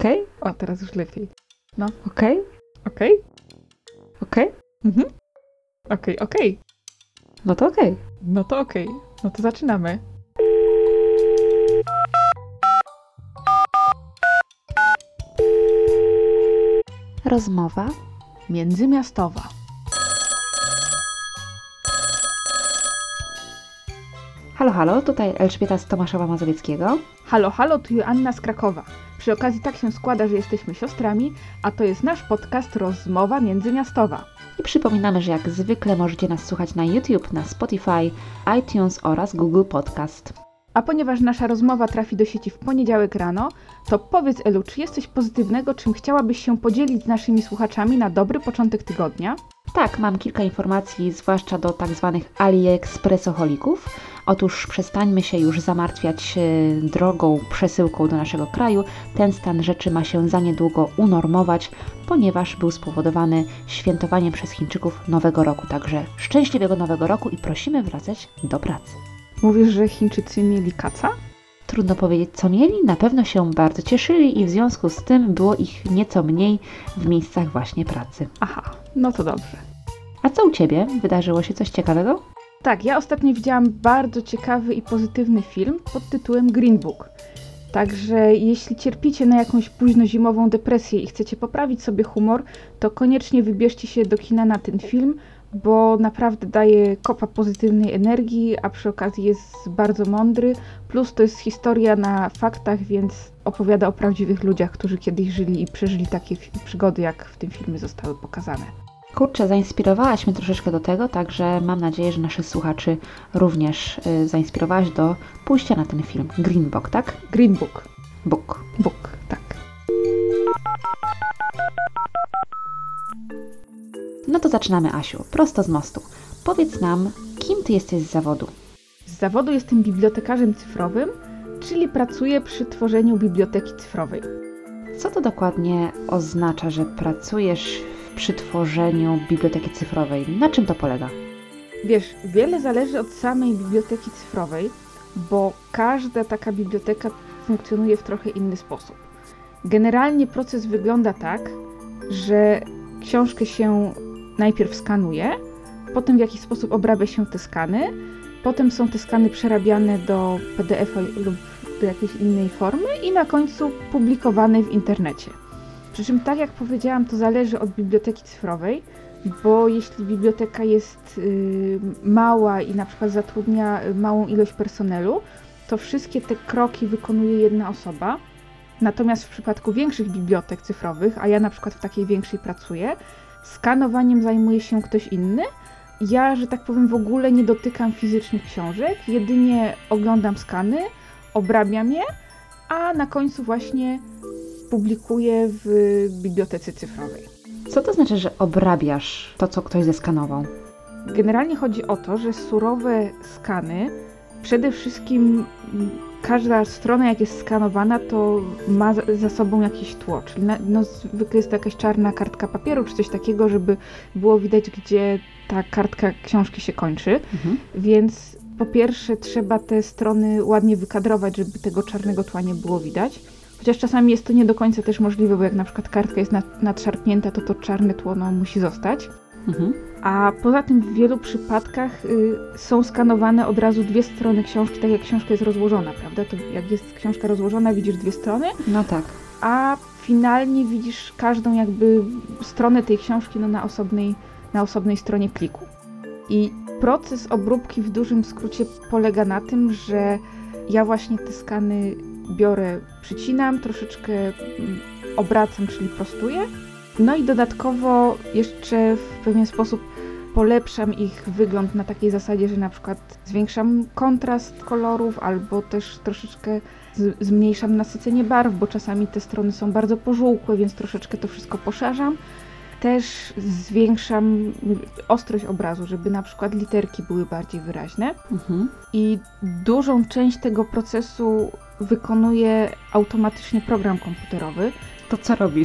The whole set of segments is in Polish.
Okej? O, teraz już lepiej. No, Okej? okej? Okej? Okej. No to okej. No to okej. No to zaczynamy. Rozmowa Międzymiastowa. Halo, tutaj Elżbieta z Tomaszowa Mazowieckiego. Halo, tu Joanna z Krakowa. Przy okazji tak się składa, że jesteśmy siostrami, a to jest nasz podcast Rozmowa Międzymiastowa. I przypominamy, że jak zwykle możecie nas słuchać na YouTube, na Spotify, iTunes oraz Google Podcast. A ponieważ nasza rozmowa trafi do sieci w poniedziałek rano, to powiedz Elu, czy jest coś pozytywnego, czym chciałabyś się podzielić z naszymi słuchaczami na dobry początek tygodnia? Tak, mam kilka informacji, zwłaszcza do tak zwanych AliExpressoholików. Otóż przestańmy się już zamartwiać drogą przesyłką do naszego kraju. Ten stan rzeczy ma się za niedługo unormować, ponieważ był spowodowany świętowaniem przez Chińczyków Nowego Roku. Także szczęśliwego Nowego Roku i prosimy wracać do pracy. Mówisz, że Chińczycy mieli kaca? Trudno powiedzieć, co mieli. Na pewno się bardzo cieszyli i w związku z tym było ich nieco mniej w miejscach właśnie pracy. Aha, no to dobrze. A co u Ciebie? Wydarzyło się coś ciekawego? Tak, ja ostatnio widziałam bardzo ciekawy i pozytywny film pod tytułem Green Book. Także jeśli cierpicie na jakąś późnozimową depresję i chcecie poprawić sobie humor, to koniecznie wybierzcie się do kina na ten film, bo naprawdę daje kopa pozytywnej energii, a przy okazji jest bardzo mądry. Plus to jest historia na faktach, więc opowiada o prawdziwych ludziach, którzy kiedyś żyli i przeżyli takie przygody, jak w tym filmie zostały pokazane. Kurczę, zainspirowałaś mnie troszeczkę do tego, także mam nadzieję, że naszych słuchaczy również zainspirowałaś do pójścia na ten film. Green Book, tak? Green Book. Book. Tak. No to zaczynamy, Asiu, prosto z mostu. Powiedz nam, kim Ty jesteś z zawodu? Z zawodu jestem bibliotekarzem cyfrowym, czyli pracuję przy tworzeniu biblioteki cyfrowej. Co to dokładnie oznacza, że pracujesz przy tworzeniu biblioteki cyfrowej? Na czym to polega? Wiesz, wiele zależy od samej biblioteki cyfrowej, bo każda taka biblioteka funkcjonuje w trochę inny sposób. Generalnie proces wygląda tak, że książkę się najpierw skanuje, potem w jakiś sposób obrabia się te skany, potem są te skany przerabiane do PDF-a lub do jakiejś innej formy i na końcu publikowane w internecie. Przy czym, tak jak powiedziałam, to zależy od biblioteki cyfrowej, bo jeśli biblioteka jest mała i na przykład zatrudnia małą ilość personelu, to wszystkie te kroki wykonuje jedna osoba. Natomiast w przypadku większych bibliotek cyfrowych, a ja na przykład w takiej większej pracuję, skanowaniem zajmuje się ktoś inny. Ja, że tak powiem, w ogóle nie dotykam fizycznych książek, jedynie oglądam skany, obrabiam je, a na końcu właśnie publikuję w bibliotece cyfrowej. Co to znaczy, że obrabiasz to, co ktoś zeskanował? Generalnie chodzi o to, że surowe skany, przede wszystkim każda strona, jak jest skanowana, to ma za sobą jakieś tło, czyli zwykle jest to jakaś czarna kartka papieru, czy coś takiego, żeby było widać, gdzie ta kartka książki się kończy, więc po pierwsze trzeba te strony ładnie wykadrować, żeby tego czarnego tła nie było widać. Chociaż czasami jest to nie do końca też możliwe, bo jak na przykład kartka jest nadszarpnięta, to czarne tło musi zostać. A poza tym w wielu przypadkach są skanowane od razu dwie strony książki, tak jak książka jest rozłożona, prawda? To jak jest książka rozłożona, widzisz dwie strony, No tak. a finalnie widzisz każdą jakby stronę tej książki na osobnej stronie pliku. I proces obróbki w dużym skrócie polega na tym, że ja właśnie te skany biorę, przycinam, troszeczkę obracam, czyli prostuję. No i dodatkowo jeszcze w pewien sposób polepszam ich wygląd na takiej zasadzie, że na przykład zwiększam kontrast kolorów albo też troszeczkę zmniejszam nasycenie barw, bo czasami te strony są bardzo pożółkłe, więc troszeczkę to wszystko poszarzam. Też zwiększam ostrość obrazu, żeby na przykład literki były bardziej wyraźne. I dużą część tego procesu wykonuje automatycznie program komputerowy. To co robisz?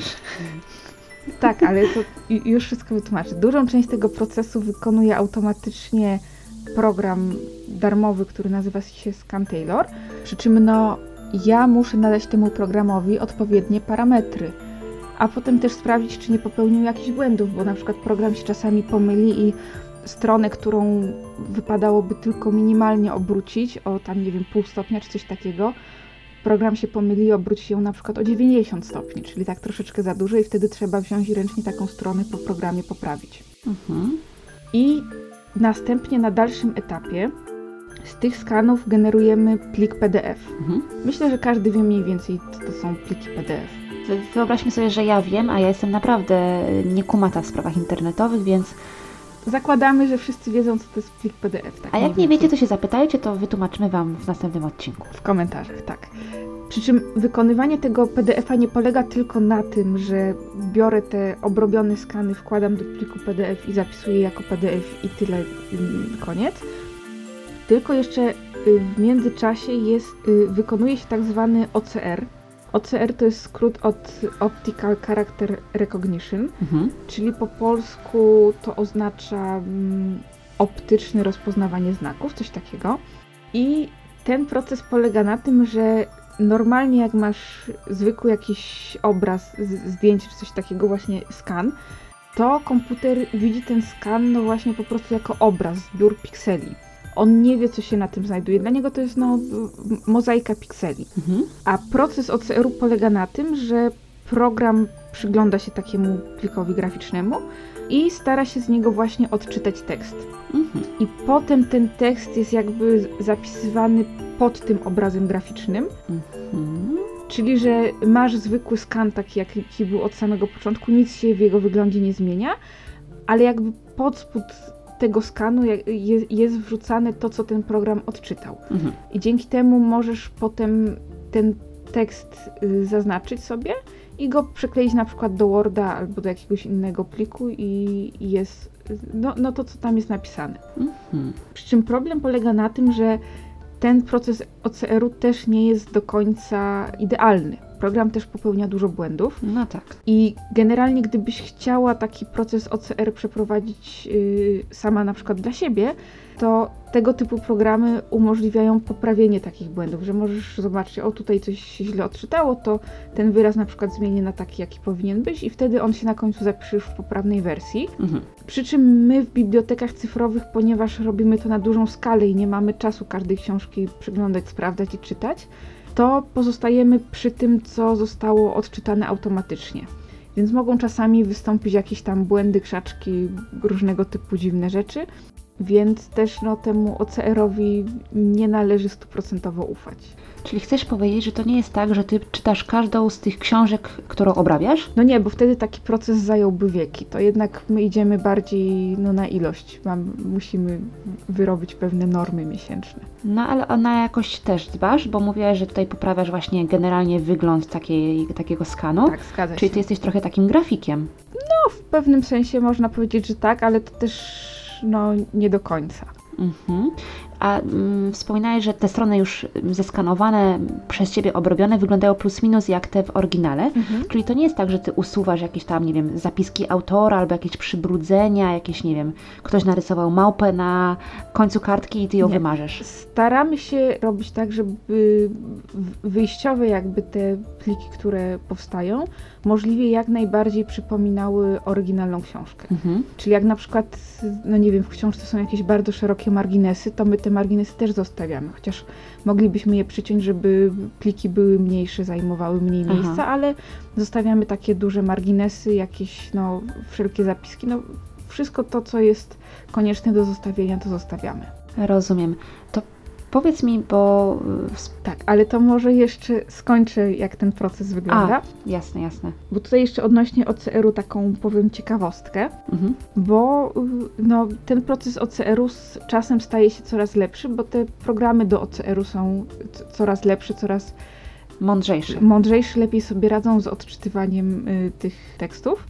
Tak, ale to już wszystko wytłumaczę. Dużą część tego procesu wykonuje automatycznie program darmowy, który nazywa się Scan Tailor. Przy czym ja muszę nadać temu programowi odpowiednie parametry, a potem też sprawdzić, czy nie popełnił jakichś błędów, bo na przykład program się czasami pomyli i stronę, którą wypadałoby tylko minimalnie obrócić, o tam nie wiem, pół stopnia czy coś takiego, program się pomyli i obróci ją na przykład o 90 stopni, czyli tak troszeczkę za dużo i wtedy trzeba wziąć i ręcznie taką stronę po programie poprawić. I następnie na dalszym etapie z tych skanów generujemy plik PDF. Myślę, że każdy wie mniej więcej, co to są pliki PDF. Wyobraźmy sobie, że ja wiem, a ja jestem naprawdę niekumata w sprawach internetowych, więc... Zakładamy, że wszyscy wiedzą, co to jest plik PDF. Tak A jak nie wiecie, to się zapytajcie, to wytłumaczymy Wam w następnym odcinku. W komentarzach, tak. Przy czym wykonywanie tego PDF-a nie polega tylko na tym, że biorę te obrobione skany, wkładam do pliku PDF i zapisuję jako PDF i tyle, koniec. Tylko jeszcze w międzyczasie wykonuje się tak zwany OCR. OCR to jest skrót od Optical Character Recognition, czyli po polsku to oznacza optyczne rozpoznawanie znaków, coś takiego. I ten proces polega na tym, że normalnie jak masz zwykły jakiś obraz, zdjęcie czy coś takiego, właśnie skan, to komputer widzi ten skan no właśnie po prostu jako obraz, zbiór pikseli. On nie wie, co się na tym znajduje. Dla niego to jest mozaika pikseli. A proces OCR-u polega na tym, że program przygląda się takiemu plikowi graficznemu i stara się z niego właśnie odczytać tekst. I potem ten tekst jest jakby zapisywany pod tym obrazem graficznym. Czyli, że masz zwykły skan taki, jaki był od samego początku, nic się w jego wyglądzie nie zmienia, ale jakby pod spód tego skanu jest wrzucane to, co ten program odczytał. I dzięki temu możesz potem ten tekst zaznaczyć sobie i go przekleić na przykład do Worda albo do jakiegoś innego pliku i jest to, co tam jest napisane. Przy czym problem polega na tym, że ten proces OCR-u też nie jest do końca idealny. Program też popełnia dużo błędów. No tak. I generalnie gdybyś chciała taki proces OCR przeprowadzić sama na przykład dla siebie, to tego typu programy umożliwiają poprawienie takich błędów, że możesz zobaczyć, o tutaj coś się źle odczytało, to ten wyraz na przykład zmienię na taki, jaki powinien być i wtedy on się na końcu zapisze już w poprawnej wersji. Przy czym my w bibliotekach cyfrowych, ponieważ robimy to na dużą skalę i nie mamy czasu każdej książki przyglądać, sprawdzać i czytać, to pozostajemy przy tym, co zostało odczytane automatycznie. Więc mogą czasami wystąpić jakieś tam błędy, krzaczki, różnego typu dziwne rzeczy, więc też temu OCR-owi nie należy 100% ufać. Czyli chcesz powiedzieć, że to nie jest tak, że ty czytasz każdą z tych książek, którą obrabiasz? No nie, bo wtedy taki proces zająłby wieki. To jednak my idziemy bardziej na ilość. Musimy wyrobić pewne normy miesięczne. No ale na jakość też dbasz, bo mówiłaś, że tutaj poprawiasz właśnie generalnie wygląd takiego skanu. Tak, zgadza się. Czyli ty jesteś trochę takim grafikiem. No, w pewnym sensie można powiedzieć, że tak, ale to też nie do końca. A wspominałeś, że te strony już zeskanowane, przez Ciebie obrobione wyglądają plus minus jak te w oryginale, czyli to nie jest tak, że Ty usuwasz jakieś tam, nie wiem, zapiski autora albo jakieś przybrudzenia, jakieś, nie wiem, ktoś narysował małpę na końcu kartki i Ty ją wymarzesz. Staramy się robić tak, żeby wyjściowe jakby te pliki, które powstają, możliwie jak najbardziej przypominały oryginalną książkę. Czyli jak na przykład, nie wiem, w książce są jakieś bardzo szerokie marginesy, to my te marginesy też zostawiamy, chociaż moglibyśmy je przyciąć, żeby pliki były mniejsze, zajmowały mniej miejsca, ale zostawiamy takie duże marginesy, jakieś wszelkie zapiski, wszystko to, co jest konieczne do zostawienia, to zostawiamy. Rozumiem. To powiedz mi, bo... Tak, ale to może jeszcze skończę, jak ten proces wygląda. Jasne. Bo tutaj jeszcze odnośnie OCR-u taką powiem ciekawostkę, bo ten proces OCR-u z czasem staje się coraz lepszy, bo te programy do OCR-u są coraz lepsze, coraz mądrzejsze, lepiej sobie radzą z odczytywaniem tych tekstów.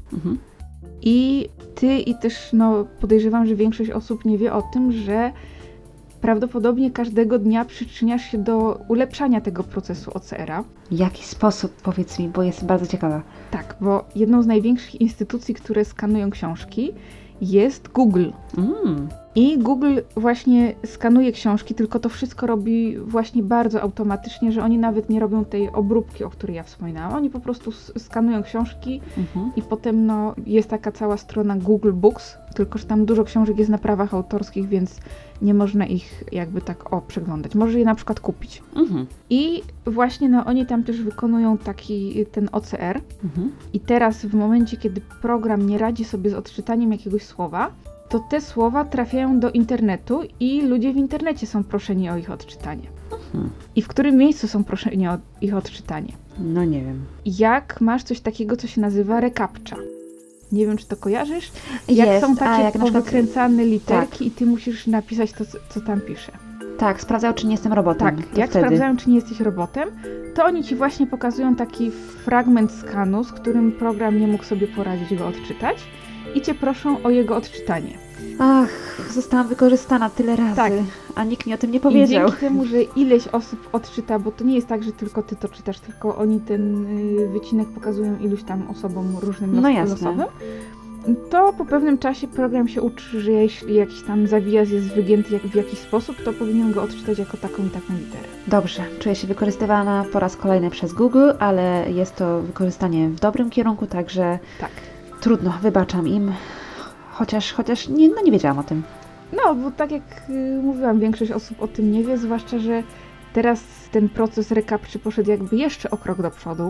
I ty i też podejrzewam, że większość osób nie wie o tym, że prawdopodobnie każdego dnia przyczyniasz się do ulepszania tego procesu OCR-a. W jaki sposób? Powiedz mi, bo jest bardzo ciekawa. Tak, bo jedną z największych instytucji, które skanują książki, jest Google. Mm. I Google właśnie skanuje książki, tylko to wszystko robi właśnie bardzo automatycznie, że oni nawet nie robią tej obróbki, o której ja wspominałam. Oni po prostu skanują książki i potem jest taka cała strona Google Books, tylko że tam dużo książek jest na prawach autorskich, więc nie można ich jakby tak przeglądać. Może je na przykład kupić. I właśnie oni tam też wykonują ten OCR. I teraz w momencie, kiedy program nie radzi sobie z odczytaniem jakiegoś słowa, to te słowa trafiają do internetu i ludzie w internecie są proszeni o ich odczytanie. I w którym miejscu są proszeni o ich odczytanie? No nie wiem. Jak masz coś takiego, co się nazywa recaptcha. Nie wiem, czy to kojarzysz? Jak są takie powykręcane literki i ty musisz napisać to, co tam pisze. Tak, sprawdzają, czy nie jestem robotem. Tak, jak sprawdzają, czy nie jesteś robotem, to oni ci właśnie pokazują taki fragment skanu, z którym program nie mógł sobie poradzić go odczytać i cię proszą o jego odczytanie. Ach, zostałam wykorzystana tyle razy, a nikt mi o tym nie powiedział. I dzięki temu, że ileś osób odczyta, bo to nie jest tak, że tylko ty to czytasz, tylko oni ten wycinek pokazują iluś tam osobom różnym losowym, to po pewnym czasie program się uczy, że jeśli jakiś tam zawijaz jest wygięty w jakiś sposób, to powinien go odczytać jako taką i taką literę. Dobrze, czuję się wykorzystywana po raz kolejny przez Google, ale jest to wykorzystanie w dobrym kierunku, także trudno, wybaczam im, chociaż nie wiedziałam o tym. No, bo tak jak mówiłam, większość osób o tym nie wie, zwłaszcza, że teraz ten proces recaptcha poszedł jakby jeszcze o krok do przodu,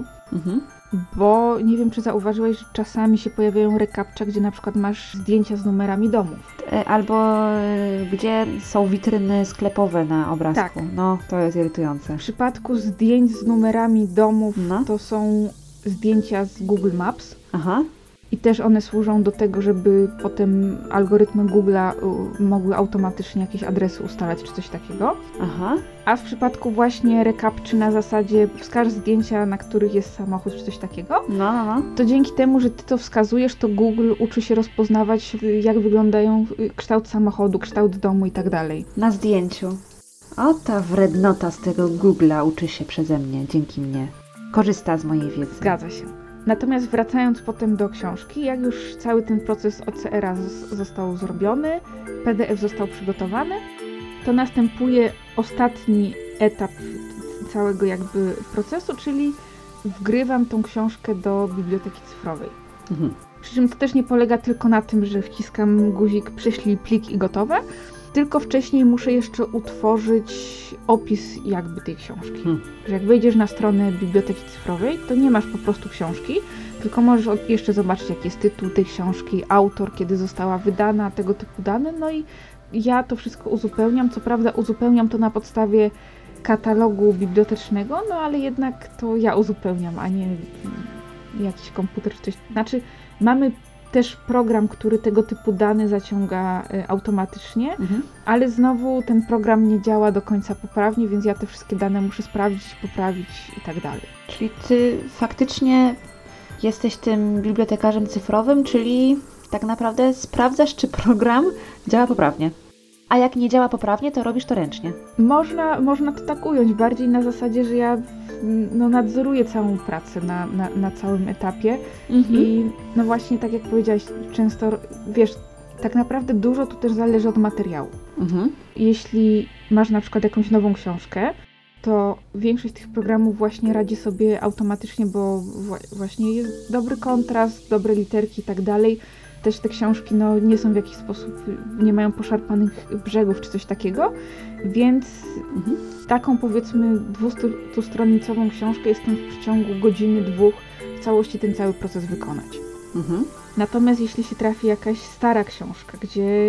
bo nie wiem, czy zauważyłeś, że czasami się pojawiają recaptcha, gdzie na przykład masz zdjęcia z numerami domów. Albo gdzie są witryny sklepowe na obrazku. Tak. No, to jest irytujące. W przypadku zdjęć z numerami domów to są zdjęcia z Google Maps. Aha. I też one służą do tego, żeby potem algorytmy Google'a mogły automatycznie jakieś adresy ustalać czy coś takiego. Aha. A w przypadku właśnie recaptcha na zasadzie wskaż zdjęcia, na których jest samochód czy coś takiego, to dzięki temu, że ty to wskazujesz, to Google uczy się rozpoznawać, jak wyglądają kształt samochodu, kształt domu i tak dalej. Na zdjęciu. O, ta wrednota z tego Google'a uczy się przeze mnie, dzięki mnie. Korzysta z mojej wiedzy. Zgadza się. Natomiast wracając potem do książki, jak już cały ten proces OCR-a został zrobiony, PDF został przygotowany, to następuje ostatni etap całego jakby procesu, czyli wgrywam tą książkę do biblioteki cyfrowej. Przy czym to też nie polega tylko na tym, że wciskam guzik prześlij plik i gotowe, tylko wcześniej muszę jeszcze utworzyć opis jakby tej książki. Że jak wejdziesz na stronę biblioteki cyfrowej, to nie masz po prostu książki, tylko możesz jeszcze zobaczyć, jaki jest tytuł tej książki, autor, kiedy została wydana, tego typu dane. No i ja to wszystko uzupełniam. Co prawda uzupełniam to na podstawie katalogu bibliotecznego, no ale jednak to ja uzupełniam, a nie jakiś komputer czy coś. Znaczy mamy też program, który tego typu dane zaciąga automatycznie, ale znowu ten program nie działa do końca poprawnie, więc ja te wszystkie dane muszę sprawdzić, poprawić i tak dalej. Czyli ty faktycznie jesteś tym bibliotekarzem cyfrowym, czyli tak naprawdę sprawdzasz, czy program działa poprawnie. A jak nie działa poprawnie, to robisz to ręcznie. Można to tak ująć, bardziej na zasadzie, że ja nadzoruję całą pracę na całym etapie i no właśnie tak jak powiedziałaś, często, wiesz, tak naprawdę dużo tu też zależy od materiału. Jeśli masz na przykład jakąś nową książkę, to większość tych programów właśnie radzi sobie automatycznie, bo właśnie jest dobry kontrast, dobre literki i tak dalej. Też te książki nie są w jakiś sposób, nie mają poszarpanych brzegów czy coś takiego, więc taką powiedzmy 200-stronicową książkę jestem w przeciągu godziny, 2 w całości ten cały proces wykonać. Natomiast jeśli się trafi jakaś stara książka, gdzie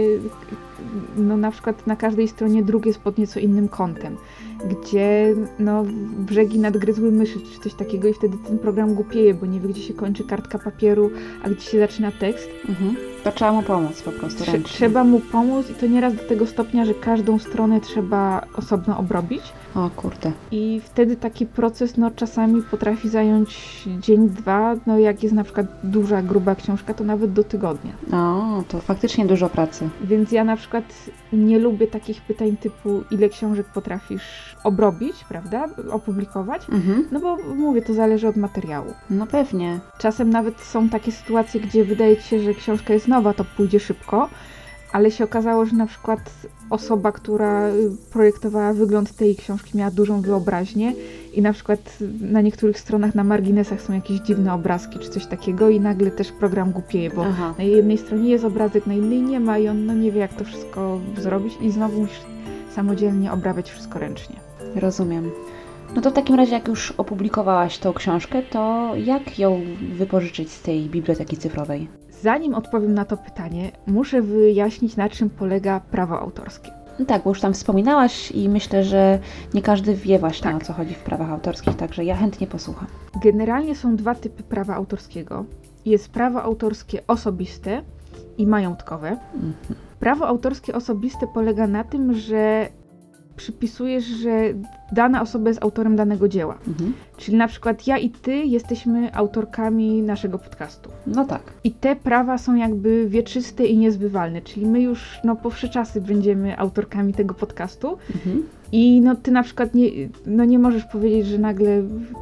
na przykład na każdej stronie druk jest pod nieco innym kątem, gdzie brzegi nadgryzły myszy czy coś takiego i wtedy ten program głupieje, bo nie wie, gdzie się kończy kartka papieru, a gdzie się zaczyna tekst. To trzeba mu pomóc po prostu ręcznie. Trzeba mu pomóc i to nieraz do tego stopnia, że każdą stronę trzeba osobno obrobić. O kurde. I wtedy taki proces czasami potrafi zająć dzień, 2, jak jest na przykład duża, gruba książka, to nawet do tygodnia. O, to faktycznie dużo pracy. Więc ja na przykład nie lubię takich pytań typu ile książek potrafisz obrobić, prawda, opublikować, no bo mówię, to zależy od materiału. No pewnie. Czasem nawet są takie sytuacje, gdzie wydaje ci się, że książka jest nowa, to pójdzie szybko, ale się okazało, że na przykład osoba, która projektowała wygląd tej książki, miała dużą wyobraźnię i na przykład na niektórych stronach na marginesach są jakieś dziwne obrazki czy coś takiego i nagle też program głupieje, bo na jednej stronie jest obrazek, na innej nie ma i on nie wie, jak to wszystko zrobić i znowu musisz samodzielnie obrabiać wszystko ręcznie. Rozumiem. No to w takim razie, jak już opublikowałaś tą książkę, to jak ją wypożyczyć z tej biblioteki cyfrowej? Zanim odpowiem na to pytanie, muszę wyjaśnić, na czym polega prawo autorskie. No tak, bo już tam wspominałaś i myślę, że nie każdy wie właśnie, Tak. o co chodzi w prawach autorskich, także ja chętnie posłucham. Generalnie są dwa typy prawa autorskiego. Jest prawo autorskie osobiste i majątkowe. Prawo autorskie osobiste polega na tym, że przypisujesz, że dana osoba jest autorem danego dzieła. Czyli na przykład ja i ty jesteśmy autorkami naszego podcastu. No tak. I te prawa są jakby wieczyste i niezbywalne, czyli my już po wsze czasy będziemy autorkami tego podcastu. I ty na przykład nie możesz powiedzieć, że nagle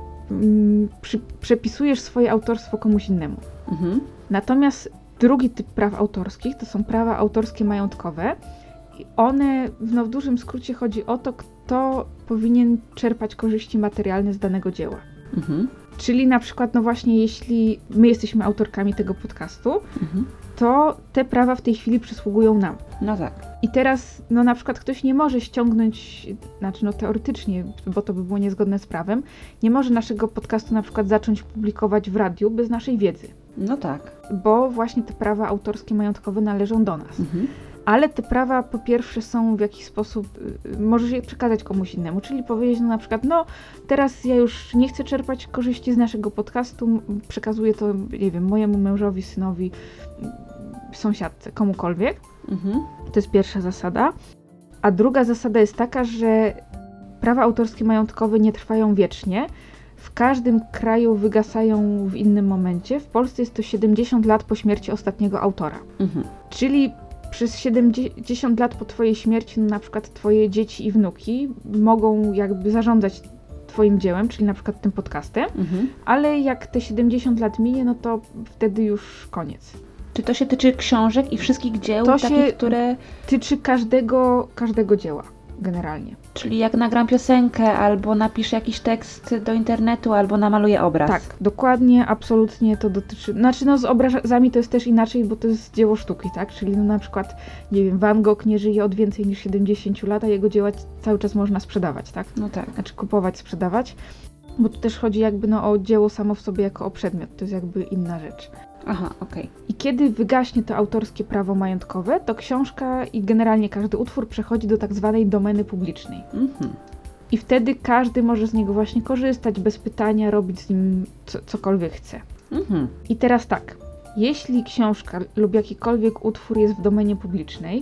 przepisujesz swoje autorstwo komuś innemu. Natomiast drugi typ praw autorskich to są prawa autorskie majątkowe. I one, w dużym skrócie chodzi o to, kto powinien czerpać korzyści materialne z danego dzieła. Czyli na przykład, właśnie jeśli my jesteśmy autorkami tego podcastu, to te prawa w tej chwili przysługują nam. No tak. I teraz, na przykład ktoś nie może ściągnąć, teoretycznie, bo to by było niezgodne z prawem, nie może naszego podcastu na przykład zacząć publikować w radiu bez naszej wiedzy. No tak. Bo właśnie te prawa autorskie majątkowe należą do nas. Ale te prawa po pierwsze są w jakiś sposób, możesz je przekazać komuś innemu, czyli powiedzieć na przykład, teraz ja już nie chcę czerpać korzyści z naszego podcastu, przekazuję to, nie wiem, mojemu mężowi, synowi, sąsiadce, komukolwiek. To jest pierwsza zasada. A druga zasada jest taka, że prawa autorskie majątkowe nie trwają wiecznie. W każdym kraju wygasają w innym momencie. W Polsce jest to 70 lat po śmierci ostatniego autora. Czyli przez 70 lat po twojej śmierci, na przykład twoje dzieci i wnuki mogą jakby zarządzać twoim dziełem, czyli na przykład tym podcastem, ale jak te 70 lat minie, to wtedy już koniec. Czy to się tyczy książek i wszystkich dzieł, To takich, się które... tyczy każdego dzieła, generalnie. Czyli jak nagram piosenkę, albo napiszę jakiś tekst do internetu, albo namaluję obraz. Tak, dokładnie, absolutnie to dotyczy... z obrazami to jest też inaczej, bo to jest dzieło sztuki, tak? Czyli na przykład, nie wiem, Van Gogh nie żyje od więcej niż 70 lat, a jego dzieła cały czas można sprzedawać, tak? No tak. Znaczy kupować, sprzedawać. Bo tu też chodzi jakby o dzieło samo w sobie jako o przedmiot, to jest jakby inna rzecz. Aha, okej. I kiedy wygaśnie to autorskie prawo majątkowe, to książka i generalnie każdy utwór przechodzi do tak zwanej domeny publicznej. I wtedy każdy może z niego właśnie korzystać bez pytania, robić z nim cokolwiek chce. I teraz tak, jeśli książka lub jakikolwiek utwór jest w domenie publicznej,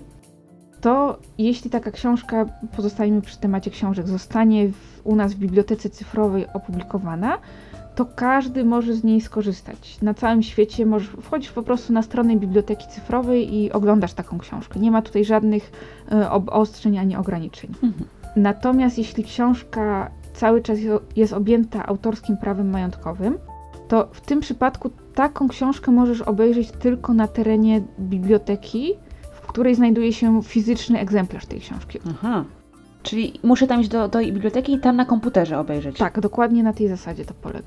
to jeśli taka książka, pozostajemy przy temacie książek, zostanie u nas w bibliotece cyfrowej opublikowana, to każdy może z niej skorzystać. Na całym świecie wchodzisz po prostu na stronę biblioteki cyfrowej i oglądasz taką książkę. Nie ma tutaj żadnych obostrzeń ani ograniczeń. Natomiast jeśli książka cały czas jest objęta autorskim prawem majątkowym, to w tym przypadku taką książkę możesz obejrzeć tylko na terenie biblioteki, w której znajduje się fizyczny egzemplarz tej książki. Aha. Czyli muszę tam iść do biblioteki i tam na komputerze obejrzeć. Tak, dokładnie na tej zasadzie to polega.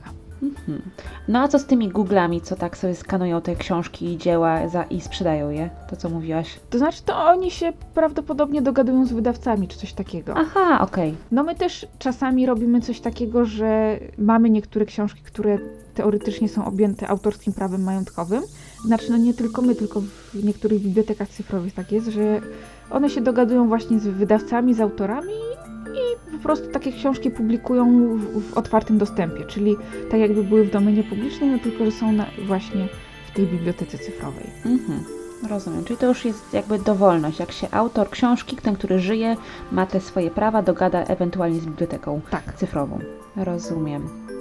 No a co z tymi Googlami, co tak sobie skanują te książki i dzieła i sprzedają je? To co mówiłaś? To znaczy, to oni się prawdopodobnie dogadują z wydawcami, czy coś takiego. Aha, okej. My też czasami robimy coś takiego, że mamy niektóre książki, które teoretycznie są objęte autorskim prawem majątkowym. Znaczy, nie tylko my, tylko w niektórych bibliotekach cyfrowych tak jest, że one się dogadują właśnie z wydawcami, z autorami i po prostu takie książki publikują w otwartym dostępie, czyli tak jakby były w domenie publicznej, tylko że są właśnie w tej bibliotece cyfrowej. Rozumiem, czyli to już jest jakby dowolność. Jak się autor książki, ten, który żyje, ma te swoje prawa, dogada ewentualnie z biblioteką cyfrową. Rozumiem.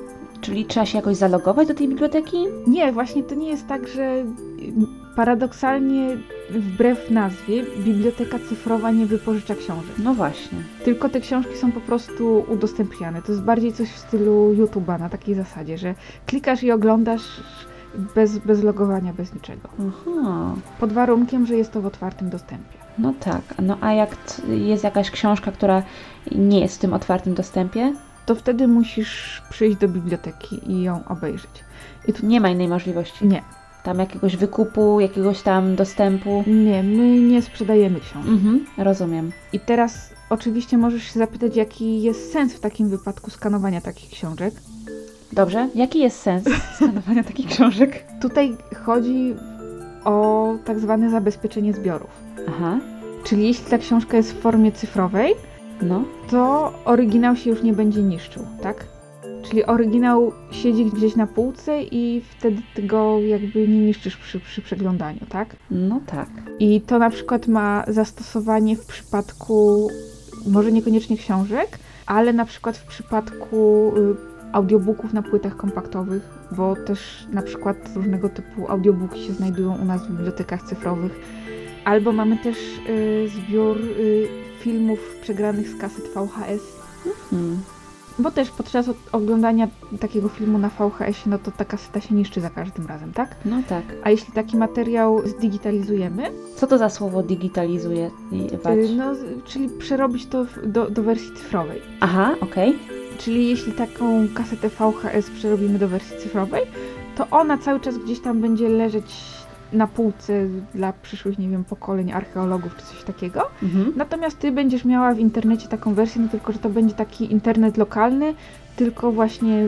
Czyli trzeba się jakoś zalogować do tej biblioteki? Nie, właśnie to nie jest tak, że paradoksalnie, wbrew nazwie, biblioteka cyfrowa nie wypożycza książek. No właśnie. Tylko te książki są po prostu udostępniane. To jest bardziej coś w stylu YouTube'a, na takiej zasadzie, że klikasz i oglądasz bez logowania, bez niczego. Aha. Pod warunkiem, że jest to w otwartym dostępie. No tak. No a jak jest jakaś książka, która nie jest w tym otwartym dostępie? To wtedy musisz przyjść do biblioteki i ją obejrzeć. I tu Nie ma innej możliwości. nie, Tam jakiegoś wykupu, jakiegoś tam dostępu. nie, my nie sprzedajemy książek. Rozumiem. I teraz oczywiście możesz się zapytać, jaki jest sens w takim wypadku skanowania takich książek. Dobrze. Jaki jest sens skanowania takich książek? Tutaj chodzi o tak zwane zabezpieczenie zbiorów. Aha. Czyli jeśli ta książka jest w formie cyfrowej, No. to oryginał się już nie będzie niszczył, tak? Czyli oryginał siedzi gdzieś na półce i wtedy ty go jakby nie niszczysz przy przeglądaniu, tak? No tak. I to na przykład ma zastosowanie w przypadku, może niekoniecznie książek, ale na przykład w przypadku audiobooków na płytach kompaktowych, bo też na przykład różnego typu audiobooki się znajdują u nas w bibliotekach cyfrowych. Albo mamy też zbiór filmów przegranych z kaset VHS. Bo też podczas oglądania takiego filmu na VHS, no to ta kaseta się niszczy za każdym razem, tak? No tak. A jeśli taki materiał zdigitalizujemy, Co to za słowo digitalizuje? czyli przerobić to do wersji cyfrowej. Aha, okej. Czyli jeśli taką kasetę VHS przerobimy do wersji cyfrowej, to ona cały czas gdzieś tam będzie leżeć na półce dla przyszłych, nie wiem, pokoleń archeologów czy coś takiego. Natomiast ty będziesz miała w internecie taką wersję, no tylko, że to będzie taki internet lokalny, tylko właśnie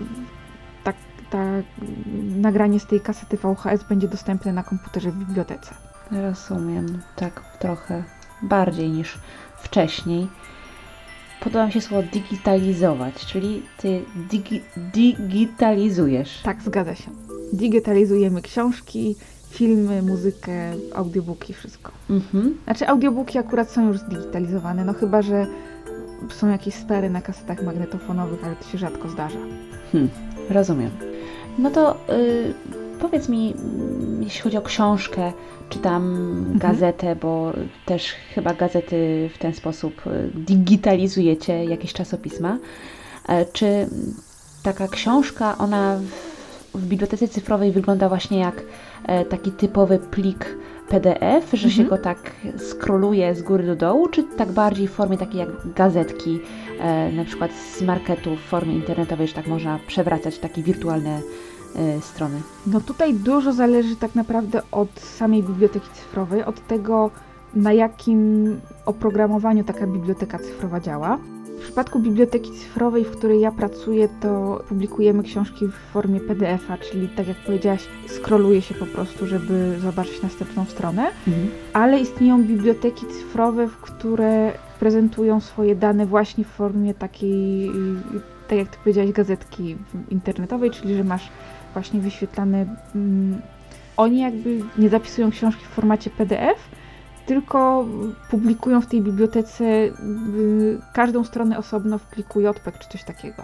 nagranie z tej kasety VHS będzie dostępne na komputerze w bibliotece. Rozumiem. Tak trochę bardziej niż wcześniej. Podoba mi się słowo digitalizować, czyli ty digitalizujesz. Tak, zgadza się. Digitalizujemy książki, filmy, muzykę, audiobooki, wszystko. Znaczy audiobooki akurat są już zdigitalizowane, no chyba że są jakieś stare na kasetach magnetofonowych, ale to się rzadko zdarza. Rozumiem. No to powiedz mi, jeśli chodzi o książkę, czy tam gazetę, bo też chyba gazety w ten sposób digitalizujecie, jakieś czasopisma, czy taka książka, ona w bibliotece cyfrowej wygląda właśnie jak taki typowy plik PDF, że się go tak scrolluje z góry do dołu, czy tak bardziej w formie takiej jak gazetki, na przykład z marketu w formie internetowej, że tak można przewracać takie wirtualne strony? No tutaj dużo zależy tak naprawdę od samej biblioteki cyfrowej, od tego, na jakim oprogramowaniu taka biblioteka cyfrowa działa. W przypadku biblioteki cyfrowej, w której ja pracuję, to publikujemy książki w formie PDF-a, czyli tak jak powiedziałaś, scrolluje się po prostu, żeby zobaczyć następną stronę, ale istnieją biblioteki cyfrowe, które prezentują swoje dane właśnie w formie takiej, tak jak ty powiedziałaś, gazetki internetowej, czyli że masz właśnie wyświetlane, oni jakby nie zapisują książki w formacie PDF, tylko publikują w tej bibliotece każdą stronę osobno w pliku JPEG czy coś takiego.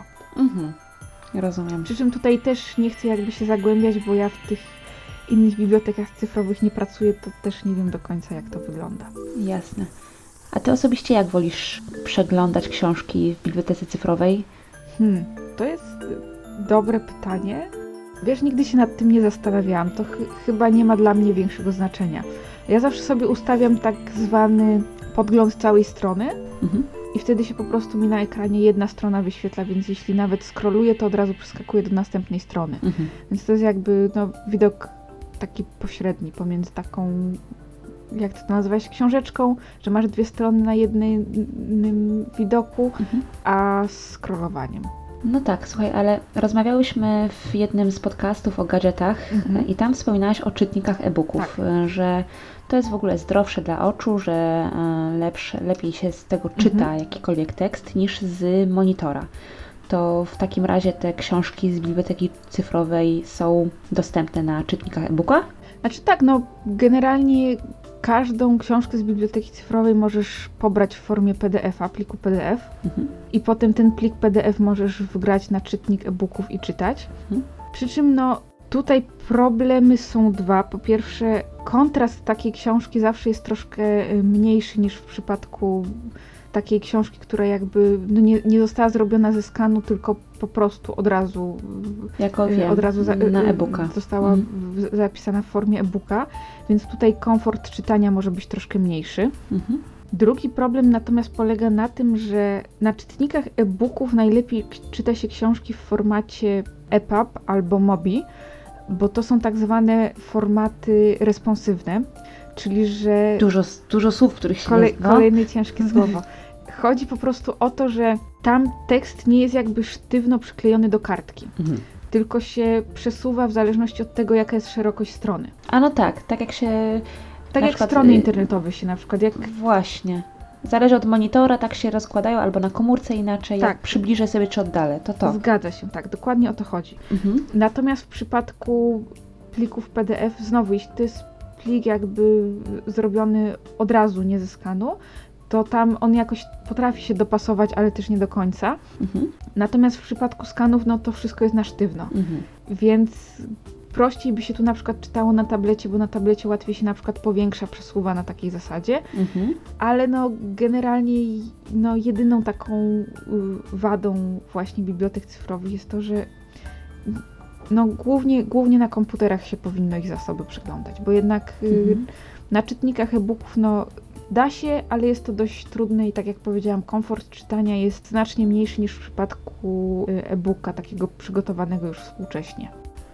Rozumiem. Przy czym tutaj też nie chcę jakby się zagłębiać, bo ja w tych innych bibliotekach cyfrowych nie pracuję, to też nie wiem do końca, jak to wygląda. Jasne. A ty osobiście jak wolisz przeglądać książki w bibliotece cyfrowej? To jest dobre pytanie. Wiesz, nigdy się nad tym nie zastanawiałam. To chyba nie ma dla mnie większego znaczenia. Ja zawsze sobie ustawiam tak zwany podgląd całej strony i wtedy się po prostu mi na ekranie jedna strona wyświetla, więc jeśli nawet scrolluję, to od razu przeskakuję do następnej strony. Więc to jest jakby widok taki pośredni pomiędzy taką, jak to nazwać, książeczką, że masz dwie strony na jednym widoku, a scrollowaniem. No tak, słuchaj, ale rozmawiałyśmy w jednym z podcastów o gadżetach i tam wspominałaś o czytnikach e-booków, że to jest w ogóle zdrowsze dla oczu, że lepiej się z tego czyta jakikolwiek tekst niż z monitora. To w takim razie te książki z biblioteki cyfrowej są dostępne na czytnikach e-booka? Znaczy tak, no generalnie każdą książkę z biblioteki cyfrowej możesz pobrać w formie PDF-a, pliku PDF i potem ten plik PDF możesz wgrać na czytnik e-booków i czytać. Przy czym no tutaj problemy są dwa. Po pierwsze, kontrast takiej książki zawsze jest troszkę mniejszy niż w przypadku takiej książki, która jakby no nie została zrobiona ze skanu, tylko po prostu od razu na e-booka. Została zapisana w formie e-booka, więc tutaj komfort czytania może być troszkę mniejszy. Drugi problem natomiast polega na tym, że na czytnikach e-booków najlepiej czyta się książki w formacie EPUB albo MOBI, bo to są tak zwane formaty responsywne, czyli że... Dużo słów, których się Kolejne ciężkie słowo. Chodzi po prostu o to, że tam tekst nie jest jakby sztywno przyklejony do kartki, tylko się przesuwa w zależności od tego, jaka jest szerokość strony. A no tak jak się... Tak jak strony internetowe się na przykład. Właśnie. Zależy od monitora, tak się rozkładają, albo na komórce inaczej, tak. Jak przybliżę sobie czy oddalę, to. Zgadza się, tak, dokładnie o to chodzi. Natomiast w przypadku plików PDF, znowu, jeśli to jest plik jakby zrobiony od razu, nie ze skanu, to tam on jakoś potrafi się dopasować, ale też nie do końca. Natomiast w przypadku skanów, no to wszystko jest na sztywno. Więc prościej by się tu na przykład czytało na tablecie, bo na tablecie łatwiej się na przykład powiększa, przesuwa na takiej zasadzie. Ale no generalnie no jedyną taką wadą właśnie bibliotek cyfrowych jest to, że no głównie na komputerach się powinno ich zasoby przeglądać, bo jednak na czytnikach e-booków no da się, ale jest to dość trudne i tak jak powiedziałam, komfort czytania jest znacznie mniejszy niż w przypadku e-booka, takiego przygotowanego już współcześnie.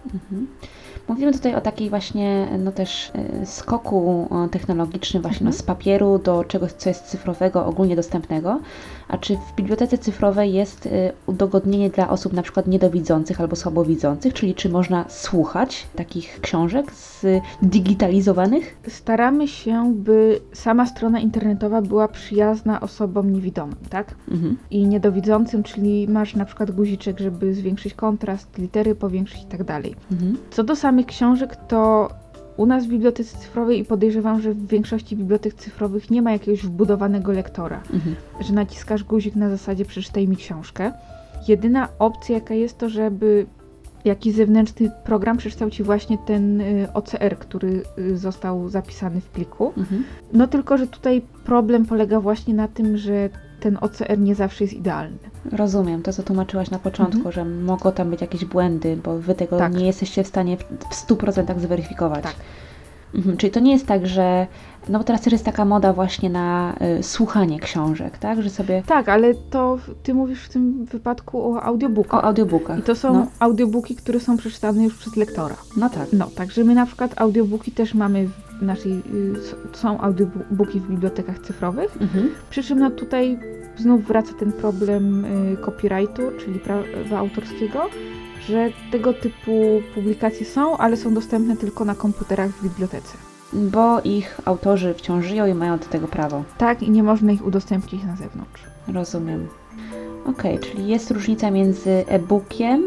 Mówimy tutaj o takiej właśnie, no też skoku technologicznym właśnie z papieru do czegoś, co jest cyfrowego, ogólnie dostępnego. A czy w bibliotece cyfrowej jest udogodnienie dla osób na przykład niedowidzących albo słabowidzących, czyli czy można słuchać takich książek zdigitalizowanych? Staramy się, by sama strona internetowa była przyjazna osobom niewidomym, tak? I niedowidzącym, czyli masz na przykład guziczek, żeby zwiększyć kontrast, litery powiększyć i tak dalej. Co do samych książek, to u nas w bibliotece cyfrowej i podejrzewam, że w większości bibliotek cyfrowych nie ma jakiegoś wbudowanego lektora, że naciskasz guzik na zasadzie przeczytaj mi książkę. Jedyna opcja jaka jest to, żeby jakiś zewnętrzny program przeczytał Ci właśnie ten OCR, który został zapisany w pliku. No tylko, że tutaj problem polega właśnie na tym, że ten OCR nie zawsze jest idealny. Rozumiem, to co tłumaczyłaś na początku, że mogą tam być jakieś błędy, bo Wy tego nie jesteście w stanie w 100% zweryfikować. Tak. Czyli to nie jest tak, że... No bo teraz też jest taka moda właśnie na słuchanie książek, tak? Że sobie... Tak, ale to Ty mówisz w tym wypadku o audiobookach. O audiobookach. I to są audiobooki, które są przeczytane już przez lektora. No tak. No, także my na przykład audiobooki też mamy w naszej... Są audiobooki w bibliotekach cyfrowych. Przy czym no tutaj znów wraca ten problem copyrightu, czyli prawa autorskiego, że tego typu publikacje są, ale są dostępne tylko na komputerach w bibliotece. Bo ich autorzy wciąż żyją i mają do tego prawo. Tak, i nie można ich udostępnić na zewnątrz. Rozumiem. Okej, czyli jest różnica między e-bookiem,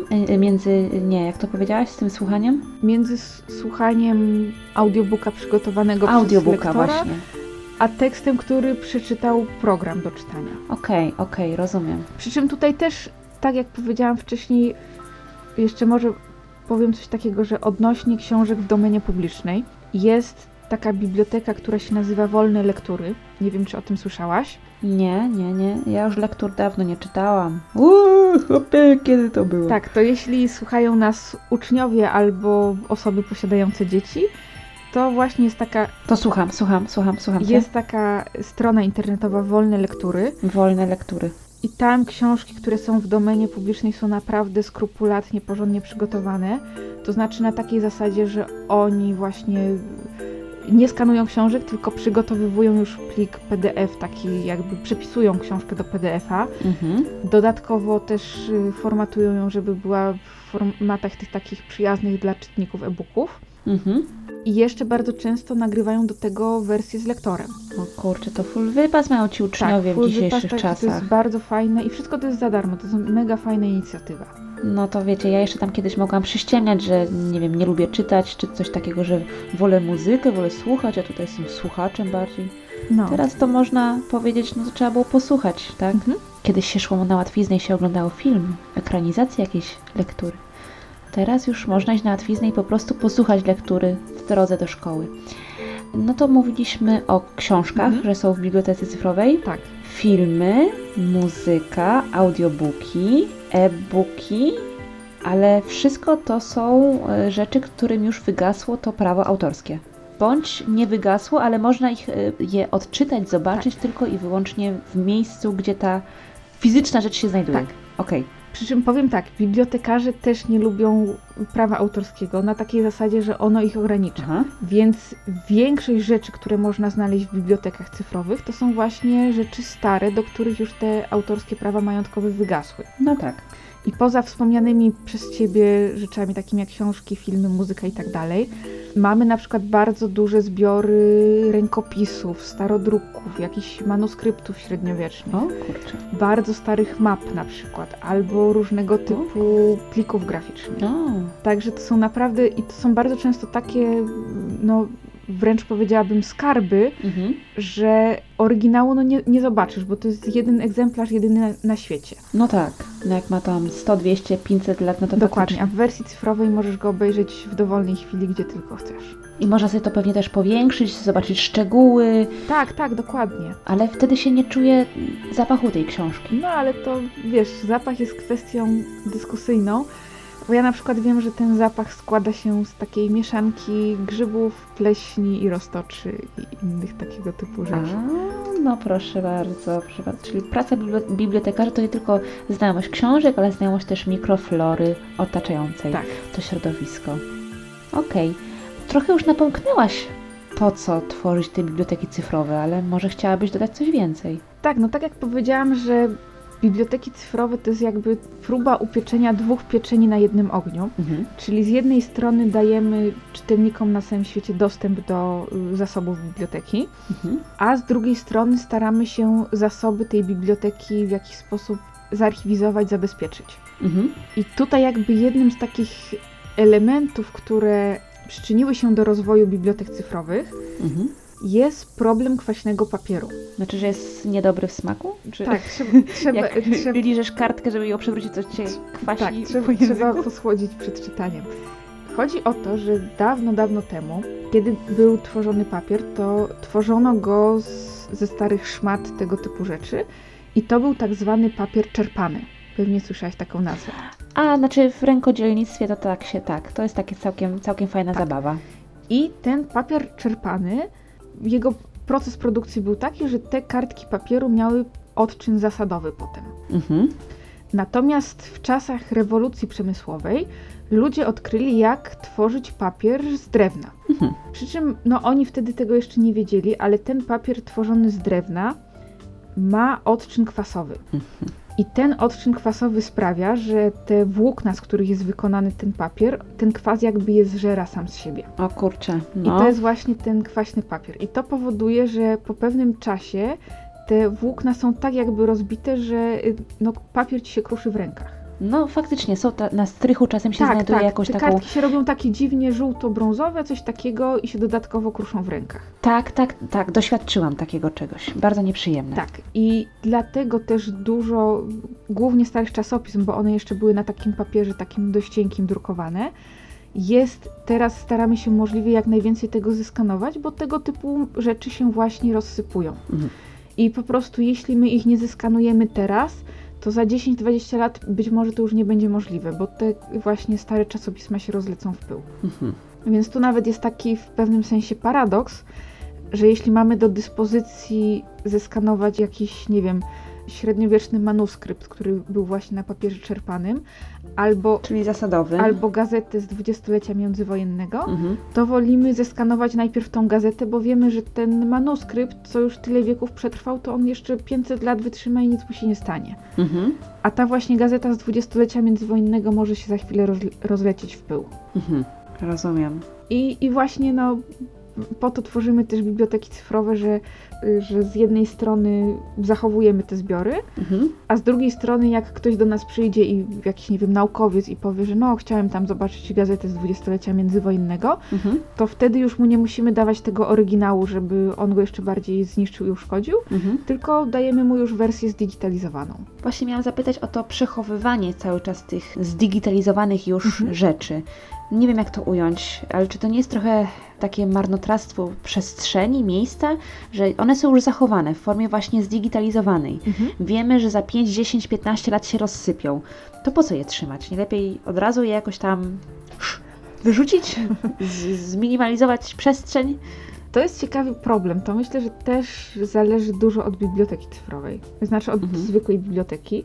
jak to powiedziałaś, z tym słuchaniem? Między słuchaniem audiobooka przygotowanego przez lektora, właśnie. a tekstem, który przeczytał program do czytania. Okej, rozumiem. Przy czym tutaj też, tak jak powiedziałam wcześniej, jeszcze może powiem coś takiego, że odnośnie książek w domenie publicznej jest taka biblioteka, która się nazywa Wolne Lektury. Nie wiem, czy o tym słyszałaś? Nie. Ja już lektur dawno nie czytałam. Kiedy to było? Tak, to jeśli słuchają nas uczniowie albo osoby posiadające dzieci, to właśnie jest taka... To słucham. Jest taka strona internetowa Wolne Lektury. Wolne Lektury. I tam książki, które są w domenie publicznej, są naprawdę skrupulatnie, porządnie przygotowane. To znaczy na takiej zasadzie, że oni właśnie nie skanują książek, tylko przygotowywują już plik PDF, taki jakby przepisują książkę do PDF-a. Dodatkowo też formatują ją, żeby była w formatach tych takich przyjaznych dla czytników e-booków. I jeszcze bardzo często nagrywają do tego wersję z lektorem. O kurczę, to full wypas mają ci uczniowie w dzisiejszych czasach. To jest bardzo fajne i wszystko to jest za darmo. To jest mega fajna inicjatywa. No to wiecie, ja jeszcze tam kiedyś mogłam przyściemniać, że nie wiem, nie lubię czytać, czy coś takiego, że wolę muzykę, wolę słuchać, a tutaj jestem słuchaczem bardziej. No. Teraz to można powiedzieć, no to trzeba było posłuchać, tak? Kiedyś się szło na łatwiznę i się oglądało film, ekranizację jakiejś lektury. Teraz już można iść na łatwiznę i po prostu posłuchać lektury w drodze do szkoły. No to mówiliśmy o książkach, że są w bibliotece cyfrowej. Tak. Filmy, muzyka, audiobooki, e-booki, ale wszystko to są rzeczy, którym już wygasło to prawo autorskie. Bądź nie wygasło, ale można je odczytać, zobaczyć tylko i wyłącznie w miejscu, gdzie ta fizyczna rzecz się znajduje. Tak. Okej. Przy czym powiem tak, bibliotekarze też nie lubią prawa autorskiego na takiej zasadzie, że ono ich ogranicza. Aha. Więc większość rzeczy, które można znaleźć w bibliotekach cyfrowych, to są właśnie rzeczy stare, do których już te autorskie prawa majątkowe wygasły. No tak. I poza wspomnianymi przez Ciebie rzeczami takimi jak książki, filmy, muzyka i tak dalej, mamy na przykład bardzo duże zbiory rękopisów, starodruków, jakichś manuskryptów średniowiecznych. O kurczę. Bardzo starych map na przykład, albo różnego typu plików graficznych. O. Także to są naprawdę, i to są bardzo często takie, no wręcz powiedziałabym skarby, że oryginału no nie zobaczysz, bo to jest jeden egzemplarz, jedyny na świecie. No tak. No jak ma tam 100, 200, 500 lat, no to Dokładnie, a faktycznie. w wersji cyfrowej możesz go obejrzeć w dowolnej chwili, gdzie tylko chcesz. I można sobie to pewnie też powiększyć, zobaczyć szczegóły, Tak, dokładnie. ale wtedy się nie czuje zapachu tej książki. No ale to, wiesz, zapach jest kwestią dyskusyjną, bo ja na przykład wiem, że ten zapach składa się z takiej mieszanki grzybów, pleśni i roztoczy i innych takiego typu rzeczy. No proszę bardzo. Czyli praca bibliotekarza to nie tylko znajomość książek, ale znajomość też mikroflory otaczającej Tak. to środowisko. Okej. Trochę już napomknęłaś, po co tworzyć te biblioteki cyfrowe, ale może chciałabyś dodać coś więcej. Tak, no tak jak powiedziałam, że biblioteki cyfrowe to jest jakby próba upieczenia dwóch pieczeni na jednym ogniu. Czyli z jednej strony dajemy czytelnikom na całym świecie dostęp do zasobów biblioteki, a z drugiej strony staramy się zasoby tej biblioteki w jakiś sposób zarchiwizować, zabezpieczyć. I tutaj jakby jednym z takich elementów, które przyczyniły się do rozwoju bibliotek cyfrowych, jest problem kwaśnego papieru. Znaczy, że jest niedobry w smaku? Czy Tak, trzeba jak liżesz kartkę, żeby ją przewrócić, to cię kwasi tak, po języku? trzeba posłodzić przed czytaniem. Chodzi o to, że dawno temu, kiedy był tworzony papier, to tworzono go ze starych szmat tego typu rzeczy i to był tak zwany papier czerpany. Pewnie słyszałaś taką nazwę. A, znaczy w rękodzielnictwie to to jest takie całkiem fajna Tak. zabawa. I ten papier czerpany, jego proces produkcji był taki, że te kartki papieru miały odczyn zasadowy potem. Natomiast w czasach rewolucji przemysłowej ludzie odkryli, jak tworzyć papier z drewna. Przy czym no, oni wtedy tego jeszcze nie wiedzieli, ale ten papier tworzony z drewna ma odczyn kwasowy. I ten odczyn kwasowy sprawia, że te włókna, z których jest wykonany ten papier, ten kwas jakby je zżera sam z siebie. O kurczę, I to jest właśnie ten kwaśny papier. I to powoduje, że po pewnym czasie te włókna są tak jakby rozbite, że no, papier ci się kruszy w rękach. No faktycznie, na strychu czasem się znajduje jakąś te taką... kartki się robią takie dziwnie żółto-brązowe, coś takiego i się dodatkowo kruszą w rękach. Tak, doświadczyłam takiego czegoś. Bardzo nieprzyjemne. Tak, i dlatego też dużo, głównie starych czasopism, bo one jeszcze były na takim papierze, takim dość cienkim drukowane, teraz staramy się możliwie jak najwięcej tego zeskanować, bo tego typu rzeczy się właśnie rozsypują. I po prostu jeśli my ich nie zeskanujemy teraz, to za 10-20 lat być może to już nie będzie możliwe, bo te właśnie stare czasopisma się rozlecą w pył. Więc tu nawet jest taki w pewnym sensie paradoks, że jeśli mamy do dyspozycji zeskanować jakiś, nie wiem, średniowieczny manuskrypt, który był właśnie na papierze czerpanym, Czyli zasadowy. albo gazetę z dwudziestolecia międzywojennego, to wolimy zeskanować najpierw tą gazetę, bo wiemy, że ten manuskrypt, co już tyle wieków przetrwał, to on jeszcze 500 lat wytrzyma i nic mu się nie stanie. A ta właśnie gazeta z dwudziestolecia międzywojennego może się za chwilę rozlecieć w pył. Rozumiem. I właśnie no, po to tworzymy też biblioteki cyfrowe, że z jednej strony zachowujemy te zbiory, a z drugiej strony jak ktoś do nas przyjdzie i jakiś, nie wiem, naukowiec i powie, że no chciałem tam zobaczyć gazetę z dwudziestolecia międzywojennego, to wtedy już mu nie musimy dawać tego oryginału, żeby on go jeszcze bardziej zniszczył i uszkodził, tylko dajemy mu już wersję zdigitalizowaną. Właśnie miałam zapytać o to przechowywanie cały czas tych zdigitalizowanych już rzeczy. Nie wiem, jak to ująć, ale czy to nie jest trochę takie marnotrawstwo przestrzeni, miejsca, że one są już zachowane w formie właśnie zdigitalizowanej. Wiemy, że za 5, 10, 15 lat się rozsypią. To po co je trzymać? Nie lepiej od razu je jakoś tam wyrzucić? Zminimalizować przestrzeń? To jest ciekawy problem. To myślę, że też zależy dużo od biblioteki cyfrowej. Znaczy od zwykłej biblioteki,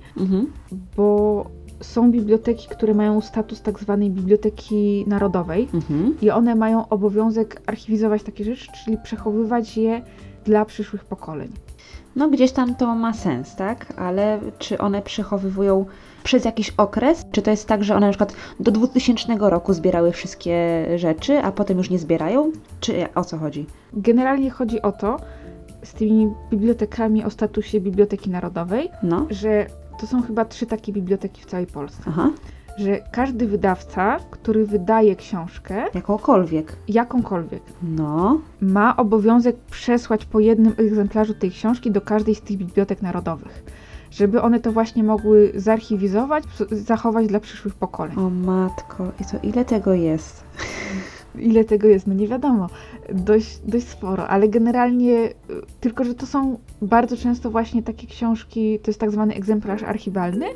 bo są biblioteki, które mają status tak zwanej biblioteki narodowej i one mają obowiązek archiwizować takie rzeczy, czyli przechowywać je dla przyszłych pokoleń. No gdzieś tam to ma sens, tak? Ale czy one przechowywują przez jakiś okres? Czy to jest tak, że one na przykład do 2000 roku zbierały wszystkie rzeczy, a potem już nie zbierają? Czy o co chodzi? Generalnie chodzi o to, z tymi bibliotekami o statusie Biblioteki Narodowej, że to są chyba 3 takie biblioteki w całej Polsce. Że każdy wydawca, który wydaje książkę, jakąkolwiek, ma obowiązek przesłać po jednym egzemplarzu tej książki do każdej z tych bibliotek narodowych, żeby one to właśnie mogły zarchiwizować, zachować dla przyszłych pokoleń. O matko, i to ile tego jest? Ile tego jest? No nie wiadomo. Dość sporo, ale generalnie tylko, że to są bardzo często właśnie takie książki, to jest tak zwany egzemplarz archiwalny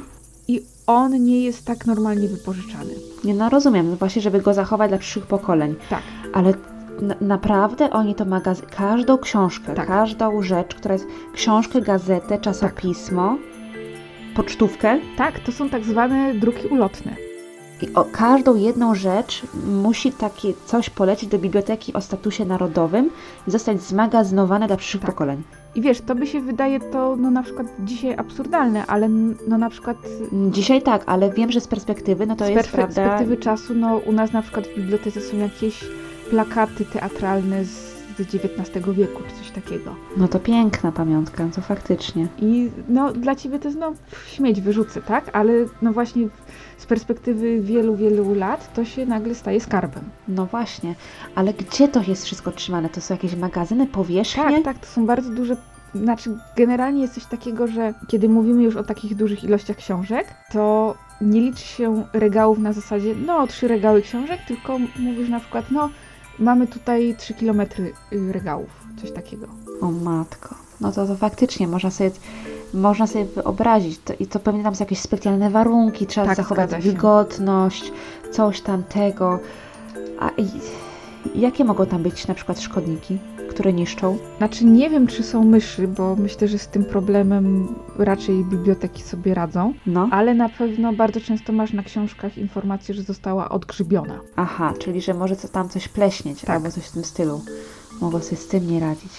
i on nie jest tak normalnie wypożyczany. Nie, no rozumiem, no właśnie, żeby go zachować dla przyszłych pokoleń. Tak. Ale naprawdę oni to każdą książkę, każdą rzecz, która jest książkę, gazetę, czasopismo, pocztówkę. Tak, to są tak zwane druki ulotne. I o każdą jedną rzecz musi takie coś polecieć do biblioteki o statusie narodowym i zostać zmagazynowane dla przyszłych pokoleń. I wiesz, to by się wydaje to na przykład dzisiaj absurdalne, ale na przykład... Dzisiaj tak, ale wiem, że z perspektywy to jest prawda... Z perspektywy czasu, u nas na przykład w bibliotece są jakieś plakaty teatralne z XIX wieku, czy coś takiego. No to piękna pamiątka, to faktycznie. I dla ciebie to jest śmieć, wyrzucę, tak? Ale właśnie z perspektywy wielu, wielu lat to się nagle staje skarbem. No właśnie, ale gdzie to jest wszystko trzymane? To są jakieś magazyny, powierzchnie? Tak, to są bardzo duże... Znaczy, generalnie jest coś takiego, że kiedy mówimy już o takich dużych ilościach książek, to nie liczy się regałów na zasadzie 3 regały książek, tylko mówisz na przykład, mamy tutaj 3 kilometry regałów, coś takiego. O matko, no to faktycznie można sobie wyobrazić. I to pewnie tam są jakieś specjalne warunki, trzeba zachować wilgotność, coś tamtego. A jakie mogą tam być na przykład szkodniki, które niszczą? Znaczy nie wiem, czy są myszy, bo myślę, że z tym problemem raczej biblioteki sobie radzą, ale na pewno bardzo często masz na książkach informację, że została odgrzybiona. Aha, czyli że może tam coś pleśnieć albo coś w tym stylu. Mogą sobie z tym nie radzić.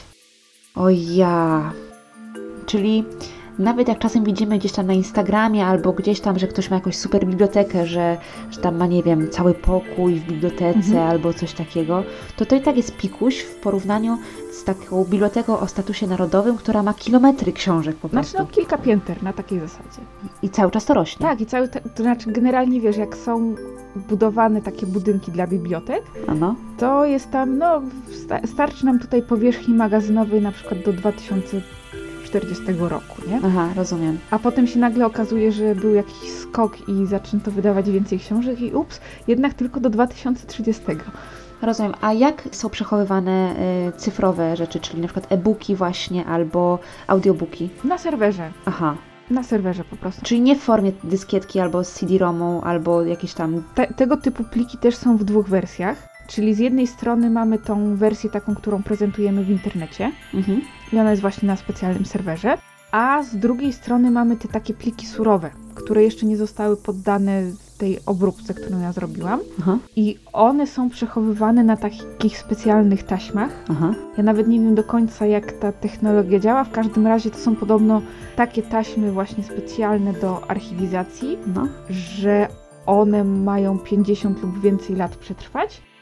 Czyli nawet jak czasem widzimy gdzieś tam na Instagramie albo gdzieś tam, że ktoś ma jakąś super bibliotekę, że tam ma, nie wiem, cały pokój w bibliotece albo coś takiego, to i tak jest pikuś w porównaniu z taką biblioteką o statusie narodowym, która ma kilometry książek po prostu. Znaczy kilka pięter na takiej zasadzie. I cały czas to rośnie. Tak, to znaczy generalnie wiesz, jak są budowane takie budynki dla bibliotek, to jest tam, starczy nam tutaj powierzchni magazynowej na przykład do 2040 roku, nie? Aha, rozumiem. A potem się nagle okazuje, że był jakiś skok i zaczęto wydawać więcej książek i jednak tylko do 2030. Rozumiem. A jak są przechowywane cyfrowe rzeczy, czyli na przykład e-booki właśnie albo audiobooki? Na serwerze. Aha. Na serwerze po prostu. Czyli nie w formie dyskietki albo CD-ROMu, albo jakieś tam... Tego typu pliki też są w 2 wersjach. Czyli z jednej strony mamy tą wersję taką, którą prezentujemy w internecie i ona jest właśnie na specjalnym serwerze, a z drugiej strony mamy te takie pliki surowe, które jeszcze nie zostały poddane tej obróbce, którą ja zrobiłam. I one są przechowywane na takich specjalnych taśmach. Ja nawet nie wiem do końca, jak ta technologia działa. W każdym razie to są podobno takie taśmy właśnie specjalne do archiwizacji, że one mają 50 lub więcej lat przetrwać.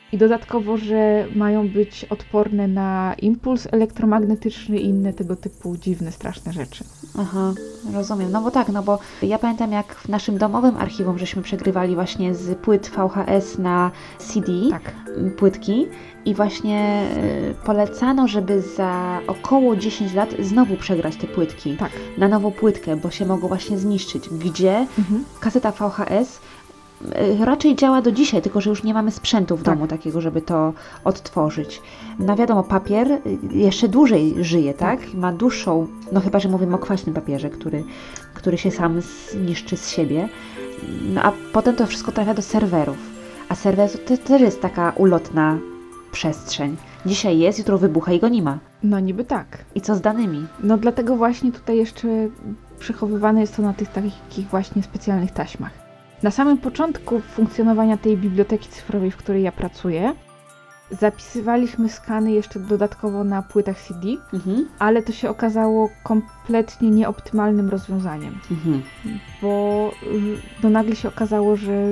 I dodatkowo, że mają być odporne na impuls elektromagnetyczny i inne tego typu dziwne, straszne rzeczy. Aha, rozumiem. No bo tak, no bo ja pamiętam jak w naszym domowym archiwum żeśmy przegrywali właśnie z płyt VHS na CD, Tak. płytki i właśnie polecano, żeby za około 10 lat znowu przegrać te płytki Tak. na nową płytkę, bo się mogą właśnie zniszczyć. Gdzie kaseta VHS raczej działa do dzisiaj, tylko że już nie mamy sprzętu w Tak. domu takiego, żeby to odtworzyć. No wiadomo, papier jeszcze dłużej żyje, tak? Ma dłuższą, no chyba, że mówimy o kwaśnym papierze, który się sam zniszczy z siebie. No a potem to wszystko trafia do serwerów. A serwer to też jest taka ulotna przestrzeń. Dzisiaj jest, jutro wybucha i go nie ma. No niby tak. I co z danymi? No dlatego właśnie tutaj jeszcze przechowywane jest to na tych takich właśnie specjalnych taśmach. Na samym początku funkcjonowania tej biblioteki cyfrowej, w której ja pracuję, zapisywaliśmy skany jeszcze dodatkowo na płytach CD, ale to się okazało kompletnie nieoptymalnym rozwiązaniem, bo no nagle się okazało, że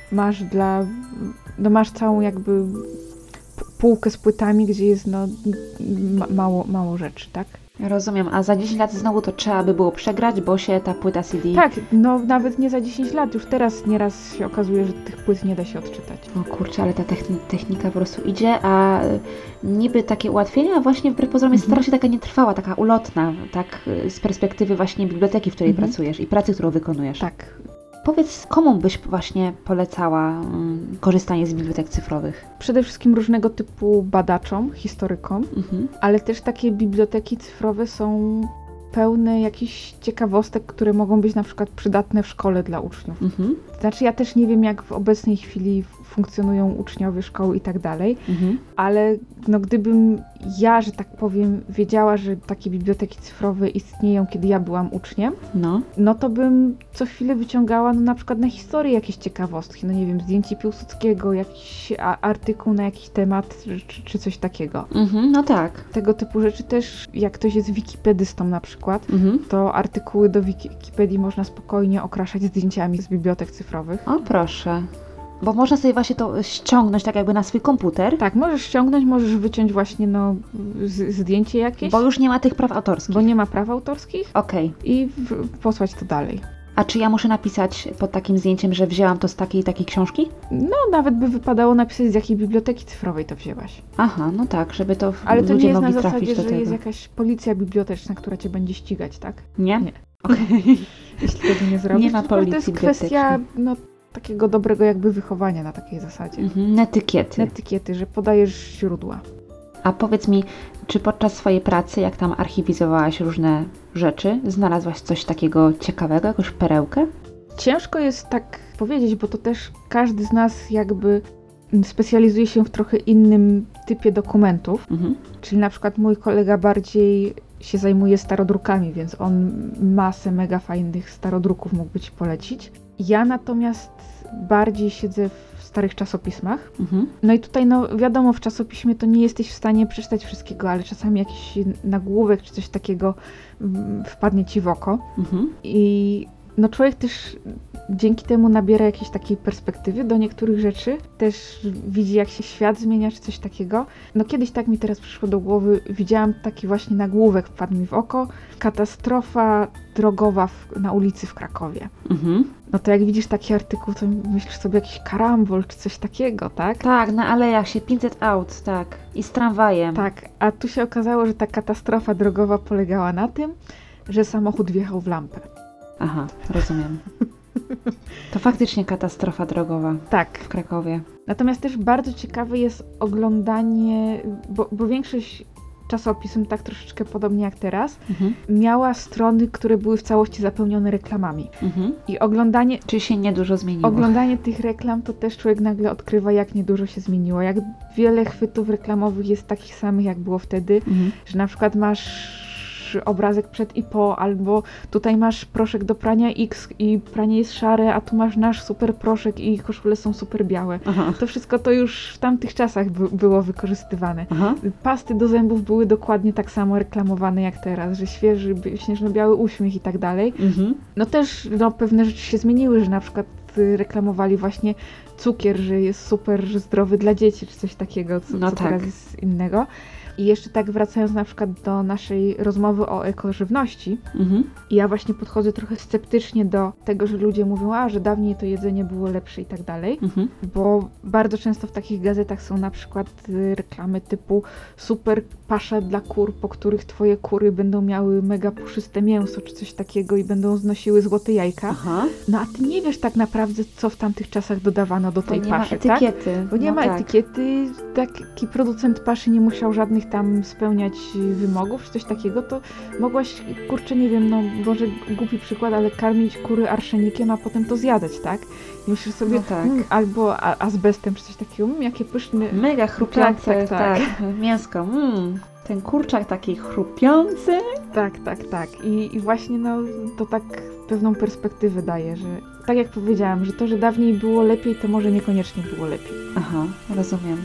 masz całą jakby półkę z płytami, gdzie jest mało rzeczy, tak? Rozumiem, a za 10 lat znowu to trzeba by było przegrać, bo się ta płyta CD... Tak, no nawet nie za 10 lat, już teraz nieraz się okazuje, że tych płyt nie da się odczytać. O kurczę, ale ta technika po prostu idzie, a niby takie ułatwienia, a właśnie wbrew pozorom jest strasznie taka nietrwała, taka ulotna, tak z perspektywy właśnie biblioteki, w której pracujesz i pracy, którą wykonujesz. Tak. Powiedz, komu byś właśnie polecała korzystanie z bibliotek cyfrowych? Przede wszystkim różnego typu badaczom, historykom, ale też takie biblioteki cyfrowe są pełne jakichś ciekawostek, które mogą być na przykład przydatne w szkole dla uczniów. Znaczy ja też nie wiem, jak w obecnej chwili funkcjonują uczniowie szkoły i tak dalej, ale no gdybym ja, że tak powiem, wiedziała, że takie biblioteki cyfrowe istnieją, kiedy ja byłam uczniem, no to bym co chwilę wyciągała no na przykład na historię jakieś ciekawostki, no nie wiem, zdjęcie Piłsudskiego, jakiś artykuł na jakiś temat, czy coś takiego. No tak. Tego typu rzeczy też, jak ktoś jest wikipedystą na przykład, to artykuły do Wikipedii można spokojnie okraszać zdjęciami z bibliotek cyfrowych. O proszę. Bo można sobie właśnie to ściągnąć tak jakby na swój komputer. Tak, możesz ściągnąć, możesz wyciąć właśnie zdjęcie jakieś. Bo już nie ma tych praw autorskich. Bo nie ma praw autorskich. Okej. I posłać to dalej. A czy ja muszę napisać pod takim zdjęciem, że wzięłam to z takiej i takiej książki? No, nawet by wypadało napisać, z jakiej biblioteki cyfrowej to wzięłaś. Aha, no tak, żeby to ale to ludzie nie jest mogli na trafić zasadzie, do że tego. jest jakaś policja biblioteczna, która cię będzie ścigać, tak? Nie? Nie. Okej. Jeśli tego nie zrobisz. Nie ma policji to jest kwestia takiego dobrego jakby wychowania na takiej zasadzie. Netykiety. Etykiety, że podajesz źródła. A powiedz mi, czy podczas swojej pracy, jak tam archiwizowałaś różne rzeczy, znalazłaś coś takiego ciekawego, jakąś perełkę? Ciężko jest tak powiedzieć, bo to też każdy z nas jakby specjalizuje się w trochę innym typie dokumentów. Czyli na przykład mój kolega bardziej się zajmuje starodrukami, więc on masę mega fajnych starodruków mógłby ci polecić. Ja natomiast bardziej siedzę w starych czasopismach. No i tutaj, no wiadomo, w czasopiśmie to nie jesteś w stanie przeczytać wszystkiego, ale czasami jakiś nagłówek czy coś takiego wpadnie ci w oko. I no człowiek też dzięki temu nabiera jakiejś takiej perspektywy do niektórych rzeczy. Też widzi, jak się świat zmienia, czy coś takiego. No kiedyś tak mi teraz przyszło do głowy, widziałam taki właśnie nagłówek, wpadł mi w oko. Katastrofa drogowa na ulicy w Krakowie. No to jak widzisz taki artykuł, to myślisz sobie jakiś karambol, czy coś takiego, tak? Tak, na alejach się 500 aut, tak. I z tramwajem. Tak, a tu się okazało, że ta katastrofa drogowa polegała na tym, że samochód wjechał w lampę. Aha, rozumiem. To faktycznie katastrofa drogowa. Tak. W Krakowie. Natomiast też bardzo ciekawe jest oglądanie, bo większość czasopism, tak troszeczkę podobnie jak teraz, miała strony, które były w całości zapełnione reklamami. I oglądanie... Czy się niedużo zmieniło? Oglądanie tych reklam, to też człowiek nagle odkrywa, jak niedużo się zmieniło. Jak wiele chwytów reklamowych jest takich samych, jak było wtedy, że na przykład masz obrazek przed i po, albo tutaj masz proszek do prania X i pranie jest szare, a tu masz nasz super proszek i koszule są super białe. To wszystko to już w tamtych czasach było wykorzystywane. Pasty do zębów były dokładnie tak samo reklamowane jak teraz, że świeży, śnieżno-biały uśmiech i tak dalej. No też pewne rzeczy się zmieniły, że na przykład reklamowali właśnie cukier, że jest super zdrowy dla dzieci, czy coś takiego, co tak. teraz jest innego. I jeszcze tak wracając na przykład do naszej rozmowy o ekożywności, ja właśnie podchodzę trochę sceptycznie do tego, że ludzie mówią, że dawniej to jedzenie było lepsze i tak dalej, bo bardzo często w takich gazetach są na przykład reklamy typu super pasza dla kur, po których twoje kury będą miały mega puszyste mięso, czy coś takiego i będą znosiły złote jajka. No a ty nie wiesz tak naprawdę, co w tamtych czasach dodawano do tej paszy, nie ma etykiety. tak? Bo nie ma etykiety, taki producent paszy nie musiał żadnych tam spełniać wymogów, czy coś takiego, to mogłaś, kurczę, nie wiem, no może głupi przykład, ale karmić kury arszenikiem, a potem to zjadać, tak? I myślisz sobie, albo azbestem, czy coś takiego, jakie pyszne... Mega chrupiące, tak. Mięsko, ten kurczak taki chrupiący. Tak. I właśnie to tak pewną perspektywę daje, że tak jak powiedziałam, że to, że dawniej było lepiej, to może niekoniecznie było lepiej. Aha, rozumiem.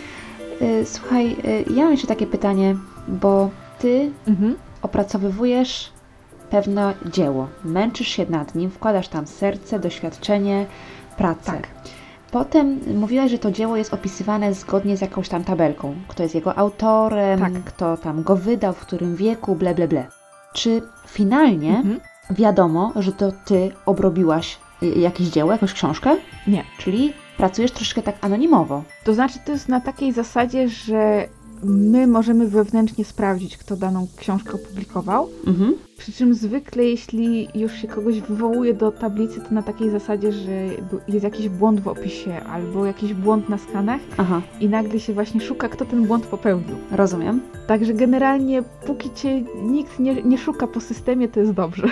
Słuchaj, ja mam jeszcze takie pytanie, bo ty opracowywujesz pewne dzieło, męczysz się nad nim, wkładasz tam serce, doświadczenie, pracę. Tak. Potem mówiłaś, że to dzieło jest opisywane zgodnie z jakąś tam tabelką. Kto jest jego autorem, kto tam go wydał, w którym wieku, ble, ble, ble. Czy finalnie wiadomo, że to ty obrobiłaś jakieś dzieło, jakąś książkę? Nie. Czyli pracujesz troszeczkę tak anonimowo. To znaczy, to jest na takiej zasadzie, że my możemy wewnętrznie sprawdzić, kto daną książkę opublikował. Przy czym zwykle, jeśli już się kogoś wywołuje do tablicy, to na takiej zasadzie, że jest jakiś błąd w opisie albo jakiś błąd na skanach i nagle się właśnie szuka, kto ten błąd popełnił. Rozumiem. Także generalnie, póki cię nikt nie szuka po systemie, to jest dobrze.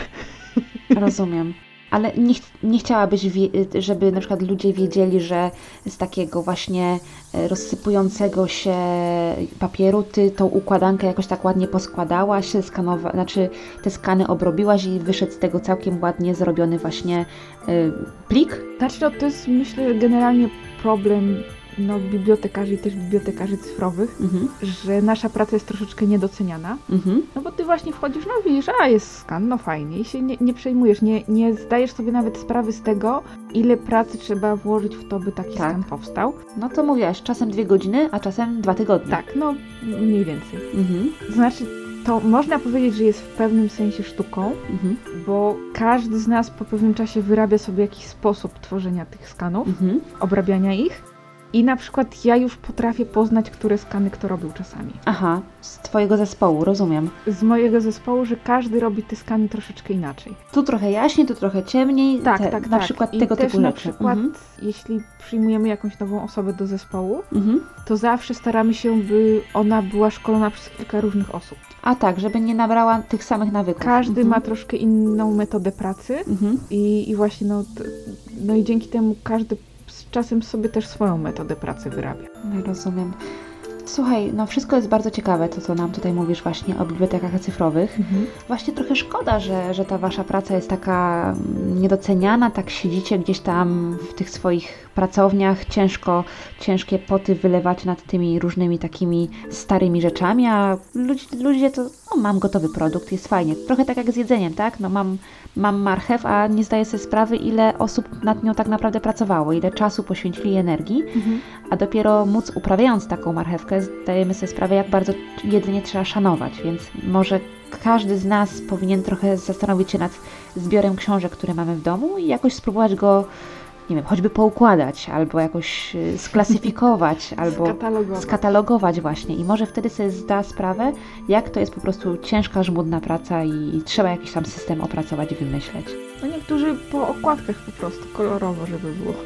Rozumiem. Ale nie chciałabyś, żeby na przykład ludzie wiedzieli, że z takiego właśnie rozsypującego się papieru ty tą układankę jakoś tak ładnie poskładałaś, znaczy te skany obrobiłaś i wyszedł z tego całkiem ładnie zrobiony właśnie plik? Znaczy, to jest, myślę, generalnie problem bibliotekarzy i też bibliotekarzy cyfrowych, że nasza praca jest troszeczkę niedoceniana. No bo ty właśnie wchodzisz, widzisz, jest skan, fajnie i się nie przejmujesz, nie zdajesz sobie nawet sprawy z tego, ile pracy trzeba włożyć w to, by taki skan powstał. No to mówiłaś, czasem 2 godziny, a czasem 2 tygodnie. Tak, mniej więcej. To znaczy, to można powiedzieć, że jest w pewnym sensie sztuką, bo każdy z nas po pewnym czasie wyrabia sobie jakiś sposób tworzenia tych skanów, obrabiania ich. I na przykład ja już potrafię poznać, które skany kto robił czasami. Aha, z twojego zespołu, rozumiem. Z mojego zespołu, że każdy robi te skany troszeczkę inaczej. Tu trochę jaśniej, tu trochę ciemniej. Tak. Na przykład I tego też typu na rzeczy. przykład, jeśli przyjmujemy jakąś nową osobę do zespołu, to zawsze staramy się, by ona była szkolona przez kilka różnych osób. A tak, żeby nie nabrała tych samych nawyków. Każdy ma troszkę inną metodę pracy i właśnie i dzięki temu każdy z czasem sobie też swoją metodę pracy wyrabia. Rozumiem. Słuchaj, wszystko jest bardzo ciekawe, to co nam tutaj mówisz właśnie o bibliotekach cyfrowych. Właśnie trochę szkoda, że ta wasza praca jest taka niedoceniana, tak siedzicie gdzieś tam w tych swoich pracowniach, ciężkie poty wylewacie nad tymi różnymi takimi starymi rzeczami, a ludzie to, mam gotowy produkt, jest fajnie. Trochę tak jak z jedzeniem, tak? Mam marchew, a nie zdaję sobie sprawy, ile osób nad nią tak naprawdę pracowało, ile czasu poświęcili i energii, a dopiero uprawiając taką marchewkę, zdajemy sobie sprawę, jak bardzo jedzenie trzeba szanować, więc może każdy z nas powinien trochę zastanowić się nad zbiorem książek, które mamy w domu i jakoś spróbować go, nie wiem, choćby poukładać, albo jakoś sklasyfikować, albo skatalogować właśnie. I może wtedy sobie zda sprawę, jak to jest po prostu ciężka, żmudna praca i trzeba jakiś tam system opracować i wymyśleć. Niektórzy po okładkach po prostu kolorowo, żeby było.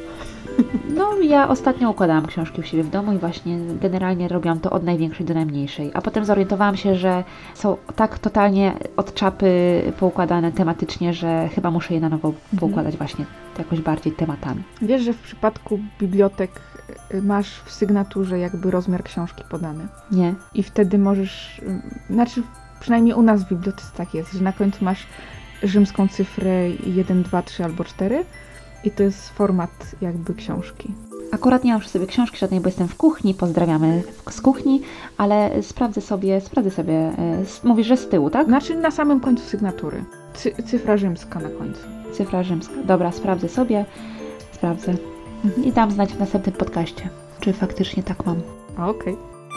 Ja ostatnio układałam książki u siebie w domu i właśnie generalnie robiłam to od największej do najmniejszej. A potem zorientowałam się, że są tak totalnie od czapy poukładane tematycznie, że chyba muszę je na nowo poukładać właśnie jakoś bardziej tematami. Wiesz, że w przypadku bibliotek masz w sygnaturze jakby rozmiar książki podany? Nie. I wtedy możesz, przynajmniej u nas w bibliotece tak jest, że na końcu masz rzymską cyfrę 1, 2, 3 albo 4 i to jest format jakby książki. Akurat nie mam przy sobie książki żadnej, bo jestem w kuchni, pozdrawiamy z kuchni, ale sprawdzę sobie, mówisz, że z tyłu, tak? Znaczy na samym końcu sygnatury. Cyfra rzymska na końcu. Cyfra rzymska. Dobra, sprawdzę. I dam znać w następnym podcaście, czy faktycznie tak mam. Okej.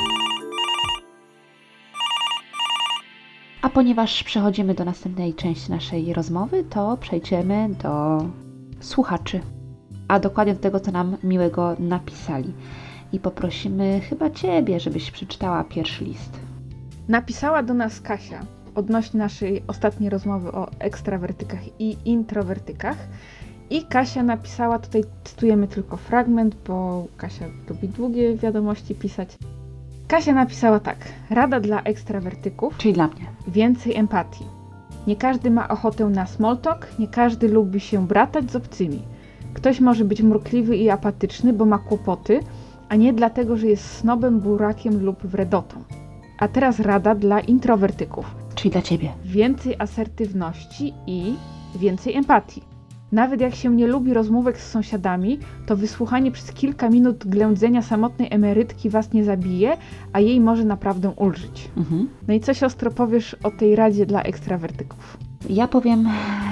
A ponieważ przechodzimy do następnej części naszej rozmowy, to przejdziemy do słuchaczy. A dokładnie do tego, co nam miłego napisali. I poprosimy chyba Ciebie, żebyś przeczytała pierwszy list. Napisała do nas Kasia odnośnie naszej ostatniej rozmowy o ekstrawertykach i introwertykach. I Kasia napisała, tutaj cytujemy tylko fragment, bo Kasia lubi długie wiadomości pisać. Kasia napisała tak. Rada dla ekstrawertyków. Czyli dla mnie. Więcej empatii. Nie każdy ma ochotę na small talk, nie każdy lubi się bratać z obcymi. Ktoś może być mrukliwy i apatyczny, bo ma kłopoty, a nie dlatego, że jest snobem, burakiem lub wredotą. A teraz rada dla introwertyków. Czyli dla Ciebie. Więcej asertywności i więcej empatii. Nawet jak się nie lubi rozmówek z sąsiadami, to wysłuchanie przez kilka minut ględzenia samotnej emerytki was nie zabije, a jej może naprawdę ulżyć. No i co, siostro, powiesz o tej radzie dla ekstrawertyków? Ja powiem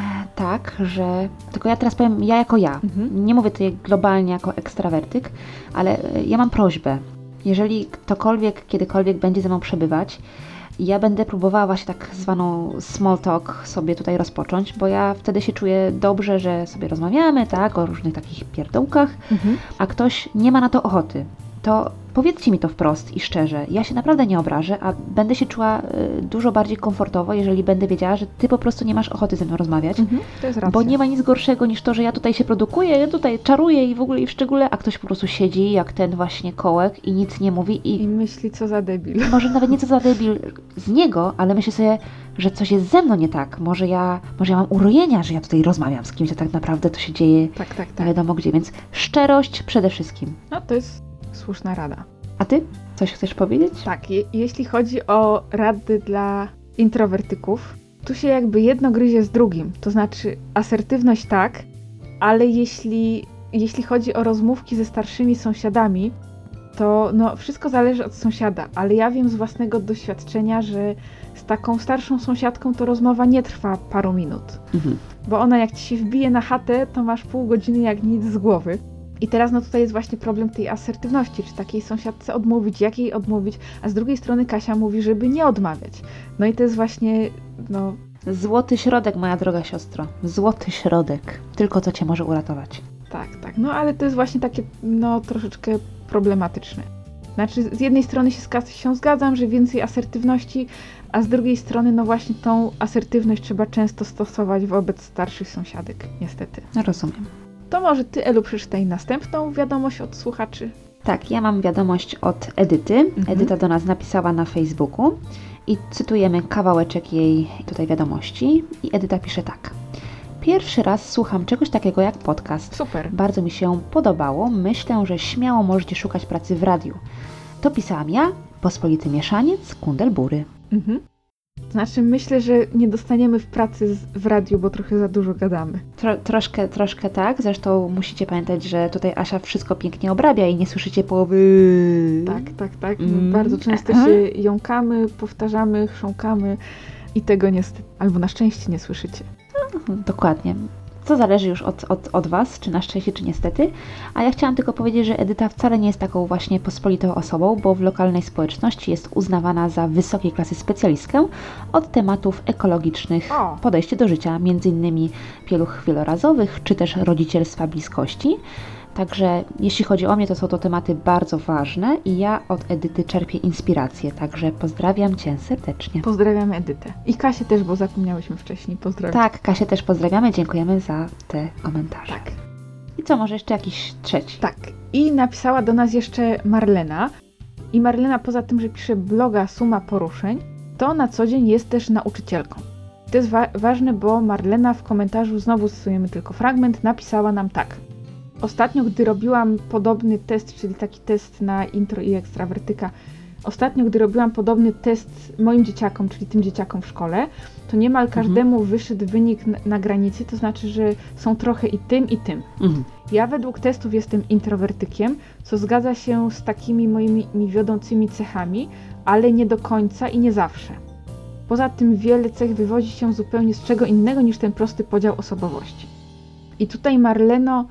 tak, że... Tylko ja teraz powiem ja jako ja. Nie mówię tutaj globalnie jako ekstrawertyk, ale ja mam prośbę. Jeżeli ktokolwiek, kiedykolwiek będzie ze mną przebywać, ja będę próbowała właśnie tak zwaną small talk sobie tutaj rozpocząć, bo ja wtedy się czuję dobrze, że sobie rozmawiamy, tak, o różnych takich pierdołkach, a ktoś nie ma na to ochoty. To powiedzcie mi to wprost i szczerze. Ja się naprawdę nie obrażę, a będę się czuła dużo bardziej komfortowo, jeżeli będę wiedziała, że Ty po prostu nie masz ochoty ze mną rozmawiać. To jest racja. Bo nie ma nic gorszego niż to, że ja tutaj się produkuję, ja tutaj czaruję i w ogóle i w szczególe, a ktoś po prostu siedzi jak ten właśnie kołek i nic nie mówi I myśli, co za debil. może nawet nie co za debil z niego, ale myślę sobie, że coś jest ze mną nie tak. Może ja mam urojenia, że ja tutaj rozmawiam z kimś, a tak naprawdę to się dzieje nie wiadomo gdzie. Więc szczerość przede wszystkim. No to jest słuszna rada. A Ty? Coś chcesz powiedzieć? Tak, jeśli chodzi o rady dla introwertyków, tu się jakby jedno gryzie z drugim. To znaczy asertywność tak, ale jeśli chodzi o rozmówki ze starszymi sąsiadami, to no, wszystko zależy od sąsiada, ale ja wiem z własnego doświadczenia, że z taką starszą sąsiadką to rozmowa nie trwa paru minut. Bo ona jak ci się wbije na chatę, to masz pół godziny jak nic z głowy. I teraz no tutaj jest właśnie problem tej asertywności, czy takiej sąsiadce odmówić, jak jej odmówić, a z drugiej strony Kasia mówi, żeby nie odmawiać. No i to jest właśnie, no... Złoty środek, moja droga siostro. Złoty środek. Tylko to Cię może uratować. Tak. No ale to jest właśnie takie, no troszeczkę problematyczne. Znaczy z jednej strony się zgadzam, że więcej asertywności, a z drugiej strony no właśnie tą asertywność trzeba często stosować wobec starszych sąsiadek, niestety. No, rozumiem. To może Ty, Elu, przeczytaj następną wiadomość od słuchaczy. Tak, ja mam wiadomość od Edyty. Edyta do nas napisała na Facebooku i cytujemy kawałeczek jej tutaj wiadomości. I Edyta pisze tak. Pierwszy raz słucham czegoś takiego jak podcast. Super. Bardzo mi się podobało. Myślę, że śmiało możecie szukać pracy w radiu. To pisałam ja, pospolity mieszaniec, kundel bury. Znaczy myślę, że nie dostaniemy w pracy w radiu, bo trochę za dużo gadamy. Troszkę tak. Zresztą musicie pamiętać, że tutaj Asia wszystko pięknie obrabia i nie słyszycie połowy. Tak. My bardzo często się jąkamy, powtarzamy, chrząkamy i tego niestety, albo na szczęście nie słyszycie. Dokładnie. To zależy już od Was, czy na szczęście, czy niestety. A ja chciałam tylko powiedzieć, że Edyta wcale nie jest taką właśnie pospolitą osobą, bo w lokalnej społeczności jest uznawana za wysokiej klasy specjalistkę od tematów ekologicznych, podejście do życia, m.in. pieluch wielorazowych, czy też rodzicielstwa bliskości. Także jeśli chodzi o mnie, to są to tematy bardzo ważne i ja od Edyty czerpię inspirację, także pozdrawiam Cię serdecznie. Pozdrawiamy Edytę. I Kasię też, bo zapomniałyśmy wcześniej pozdrawiać. Tak, Kasię też pozdrawiamy, dziękujemy za te komentarze. Tak. I co, może jeszcze jakiś trzeci? Tak. I napisała do nas jeszcze Marlena. I Marlena poza tym, że pisze bloga Suma Poruszeń, to na co dzień jest też nauczycielką. To jest ważne, bo Marlena w komentarzu, znowu stosujemy tylko fragment, napisała nam tak. Ostatnio, gdy robiłam podobny test, czyli taki test na intro i ekstrawertyka, gdy robiłam podobny test moim dzieciakom, czyli tym dzieciakom w szkole, to niemal każdemu wyszedł wynik na granicy, to znaczy, że są trochę i tym, i tym. Ja według testów jestem introwertykiem, co zgadza się z takimi moimi wiodącymi cechami, ale nie do końca i nie zawsze. Poza tym wiele cech wywodzi się zupełnie z czego innego niż ten prosty podział osobowości. I tutaj, Marleno,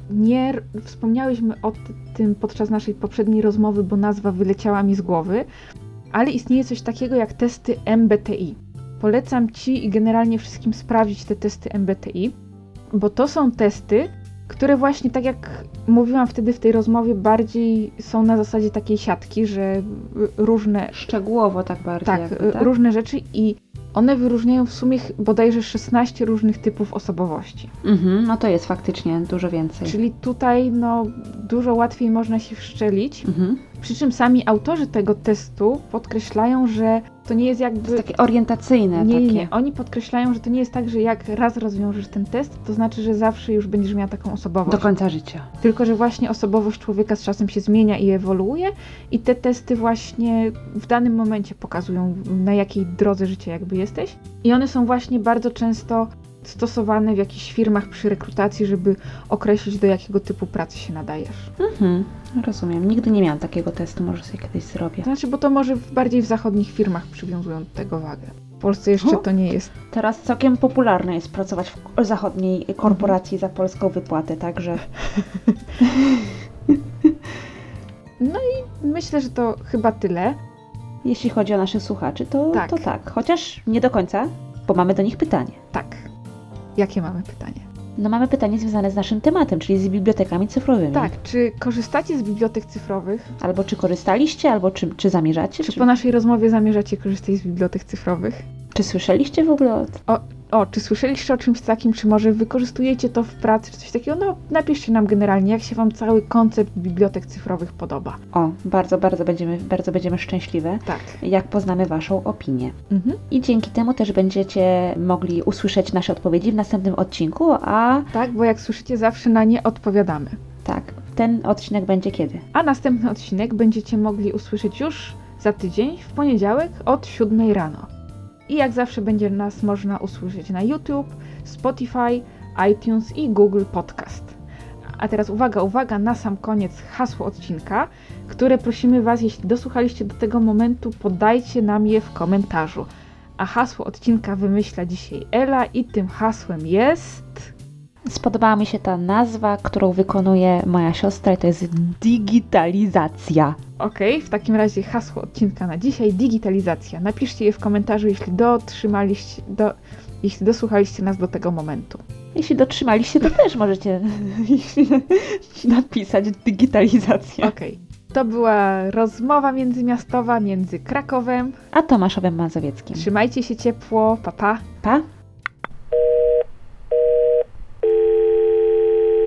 Nie wspomniałyśmy o tym podczas naszej poprzedniej rozmowy, bo nazwa wyleciała mi z głowy, ale istnieje coś takiego jak testy MBTI. Polecam Ci i generalnie wszystkim sprawdzić te testy MBTI, bo to są testy, które właśnie, tak jak mówiłam wtedy w tej rozmowie, bardziej są na zasadzie takiej siatki, że różne... Szczegółowo tak bardziej. Tak, różne rzeczy i one wyróżniają w sumie bodajże 16 różnych typów osobowości. No to jest faktycznie dużo więcej. Czyli tutaj dużo łatwiej można się wszczelić. Przy czym sami autorzy tego testu podkreślają, że to nie jest jakby... To jest takie orientacyjne. Nie. Oni podkreślają, że to nie jest tak, że jak raz rozwiążesz ten test, to znaczy, że zawsze już będziesz miała taką osobowość. Do końca życia. Tylko, że właśnie osobowość człowieka z czasem się zmienia i ewoluuje i te testy właśnie w danym momencie pokazują, na jakiej drodze życia jakby jesteś. I one są właśnie bardzo często stosowane w jakichś firmach przy rekrutacji, żeby określić, do jakiego typu pracy się nadajesz. Rozumiem. Nigdy nie miałam takiego testu, może sobie kiedyś zrobię. Znaczy, bo to może bardziej w zachodnich firmach przywiązują do tego wagę. W Polsce jeszcze to nie jest. Teraz całkiem popularne jest pracować w zachodniej korporacji za polską wypłatę, także... No i myślę, że to chyba tyle. Jeśli chodzi o naszych słuchaczy, to tak. Chociaż nie do końca, bo mamy do nich pytanie. Tak. Jakie mamy pytanie? No mamy pytanie związane z naszym tematem, czyli z bibliotekami cyfrowymi. Tak, czy korzystacie z bibliotek cyfrowych? Albo czy korzystaliście, albo czy zamierzacie? Czy po naszej rozmowie zamierzacie korzystać z bibliotek cyfrowych? Czy słyszeliście w ogóle czy słyszeliście o czymś takim, czy może wykorzystujecie to w pracy, czy coś takiego? No, napiszcie nam generalnie, jak się Wam cały koncept bibliotek cyfrowych podoba. Bardzo będziemy szczęśliwe, Tak. jak poznamy Waszą opinię. I dzięki temu też będziecie mogli usłyszeć nasze odpowiedzi w następnym odcinku, a... Tak, bo jak słyszycie, zawsze na nie odpowiadamy. Tak, ten odcinek będzie kiedy? A następny odcinek będziecie mogli usłyszeć już za tydzień, w poniedziałek od 7 rano. I jak zawsze będzie nas można usłyszeć na YouTube, Spotify, iTunes i Google Podcast. A teraz uwaga, na sam koniec hasło odcinka, które prosimy Was, jeśli dosłuchaliście do tego momentu, podajcie nam je w komentarzu. A hasło odcinka wymyśla dzisiaj Ela i tym hasłem jest... Spodobała mi się ta nazwa, którą wykonuje moja siostra i to jest digitalizacja. Okej, w takim razie hasło odcinka na dzisiaj, digitalizacja. Napiszcie je w komentarzu, jeśli dosłuchaliście nas do tego momentu. Jeśli dotrzymaliście, to też możecie napisać digitalizacja. Okej. To była rozmowa międzymiastowa między Krakowem a Tomaszowem Mazowieckim. Trzymajcie się ciepło, pa pa! Pa!